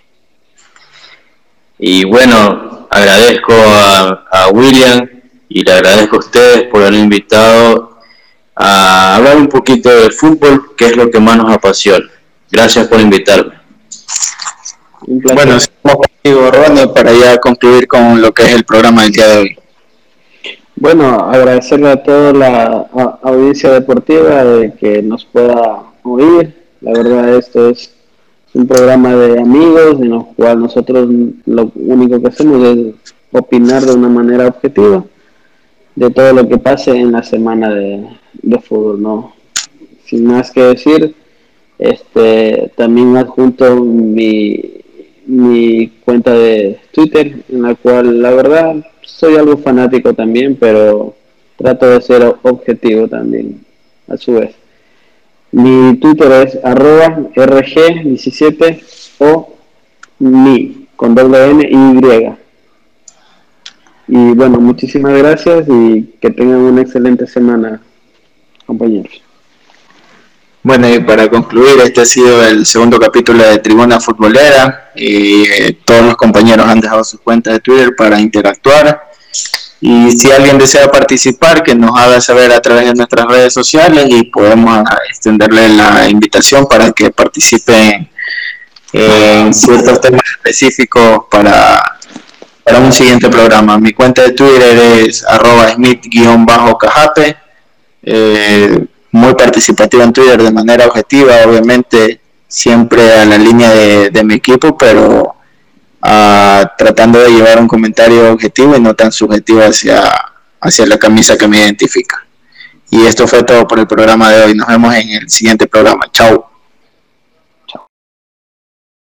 Y bueno, agradezco a, a William y le agradezco a ustedes por haber invitado a hablar un poquito del fútbol, que es lo que más nos apasiona. Gracias por invitarme. Bueno, estamos contigo, Ronnie, para ya concluir con lo que es el programa del día de hoy. Bueno, agradecerle a toda la a, audiencia deportiva de que nos pueda oír. La verdad, esto es un programa de amigos en el cual nosotros lo único que hacemos es opinar de una manera objetiva de todo lo que pase en la semana de, de fútbol, ¿no? Sin más que decir, este también adjunto mi, mi cuenta de Twitter, en la cual la verdad soy algo fanático también, pero trato de ser objetivo también a su vez. Mi Twitter es arroba R G diecisiete o mi con doble N y. Y bueno, muchísimas gracias y que tengan una excelente semana, compañeros. Bueno, y para concluir, este ha sido el segundo capítulo de Tribuna Futbolera, y eh, todos los compañeros han dejado sus cuentas de Twitter para interactuar, y si alguien desea participar, que nos haga saber a través de nuestras redes sociales y podemos extenderle la invitación para que participen en ciertos temas específicos para, para un siguiente programa. Mi cuenta de Twitter es arroba smith-cajape, eh, muy participativa en Twitter de manera objetiva, obviamente siempre a la línea de, de mi equipo, pero uh, tratando de llevar un comentario objetivo y no tan subjetivo hacia, hacia la camisa que me identifica. Y esto fue todo por el programa de hoy. Nos vemos en el siguiente programa. Chao.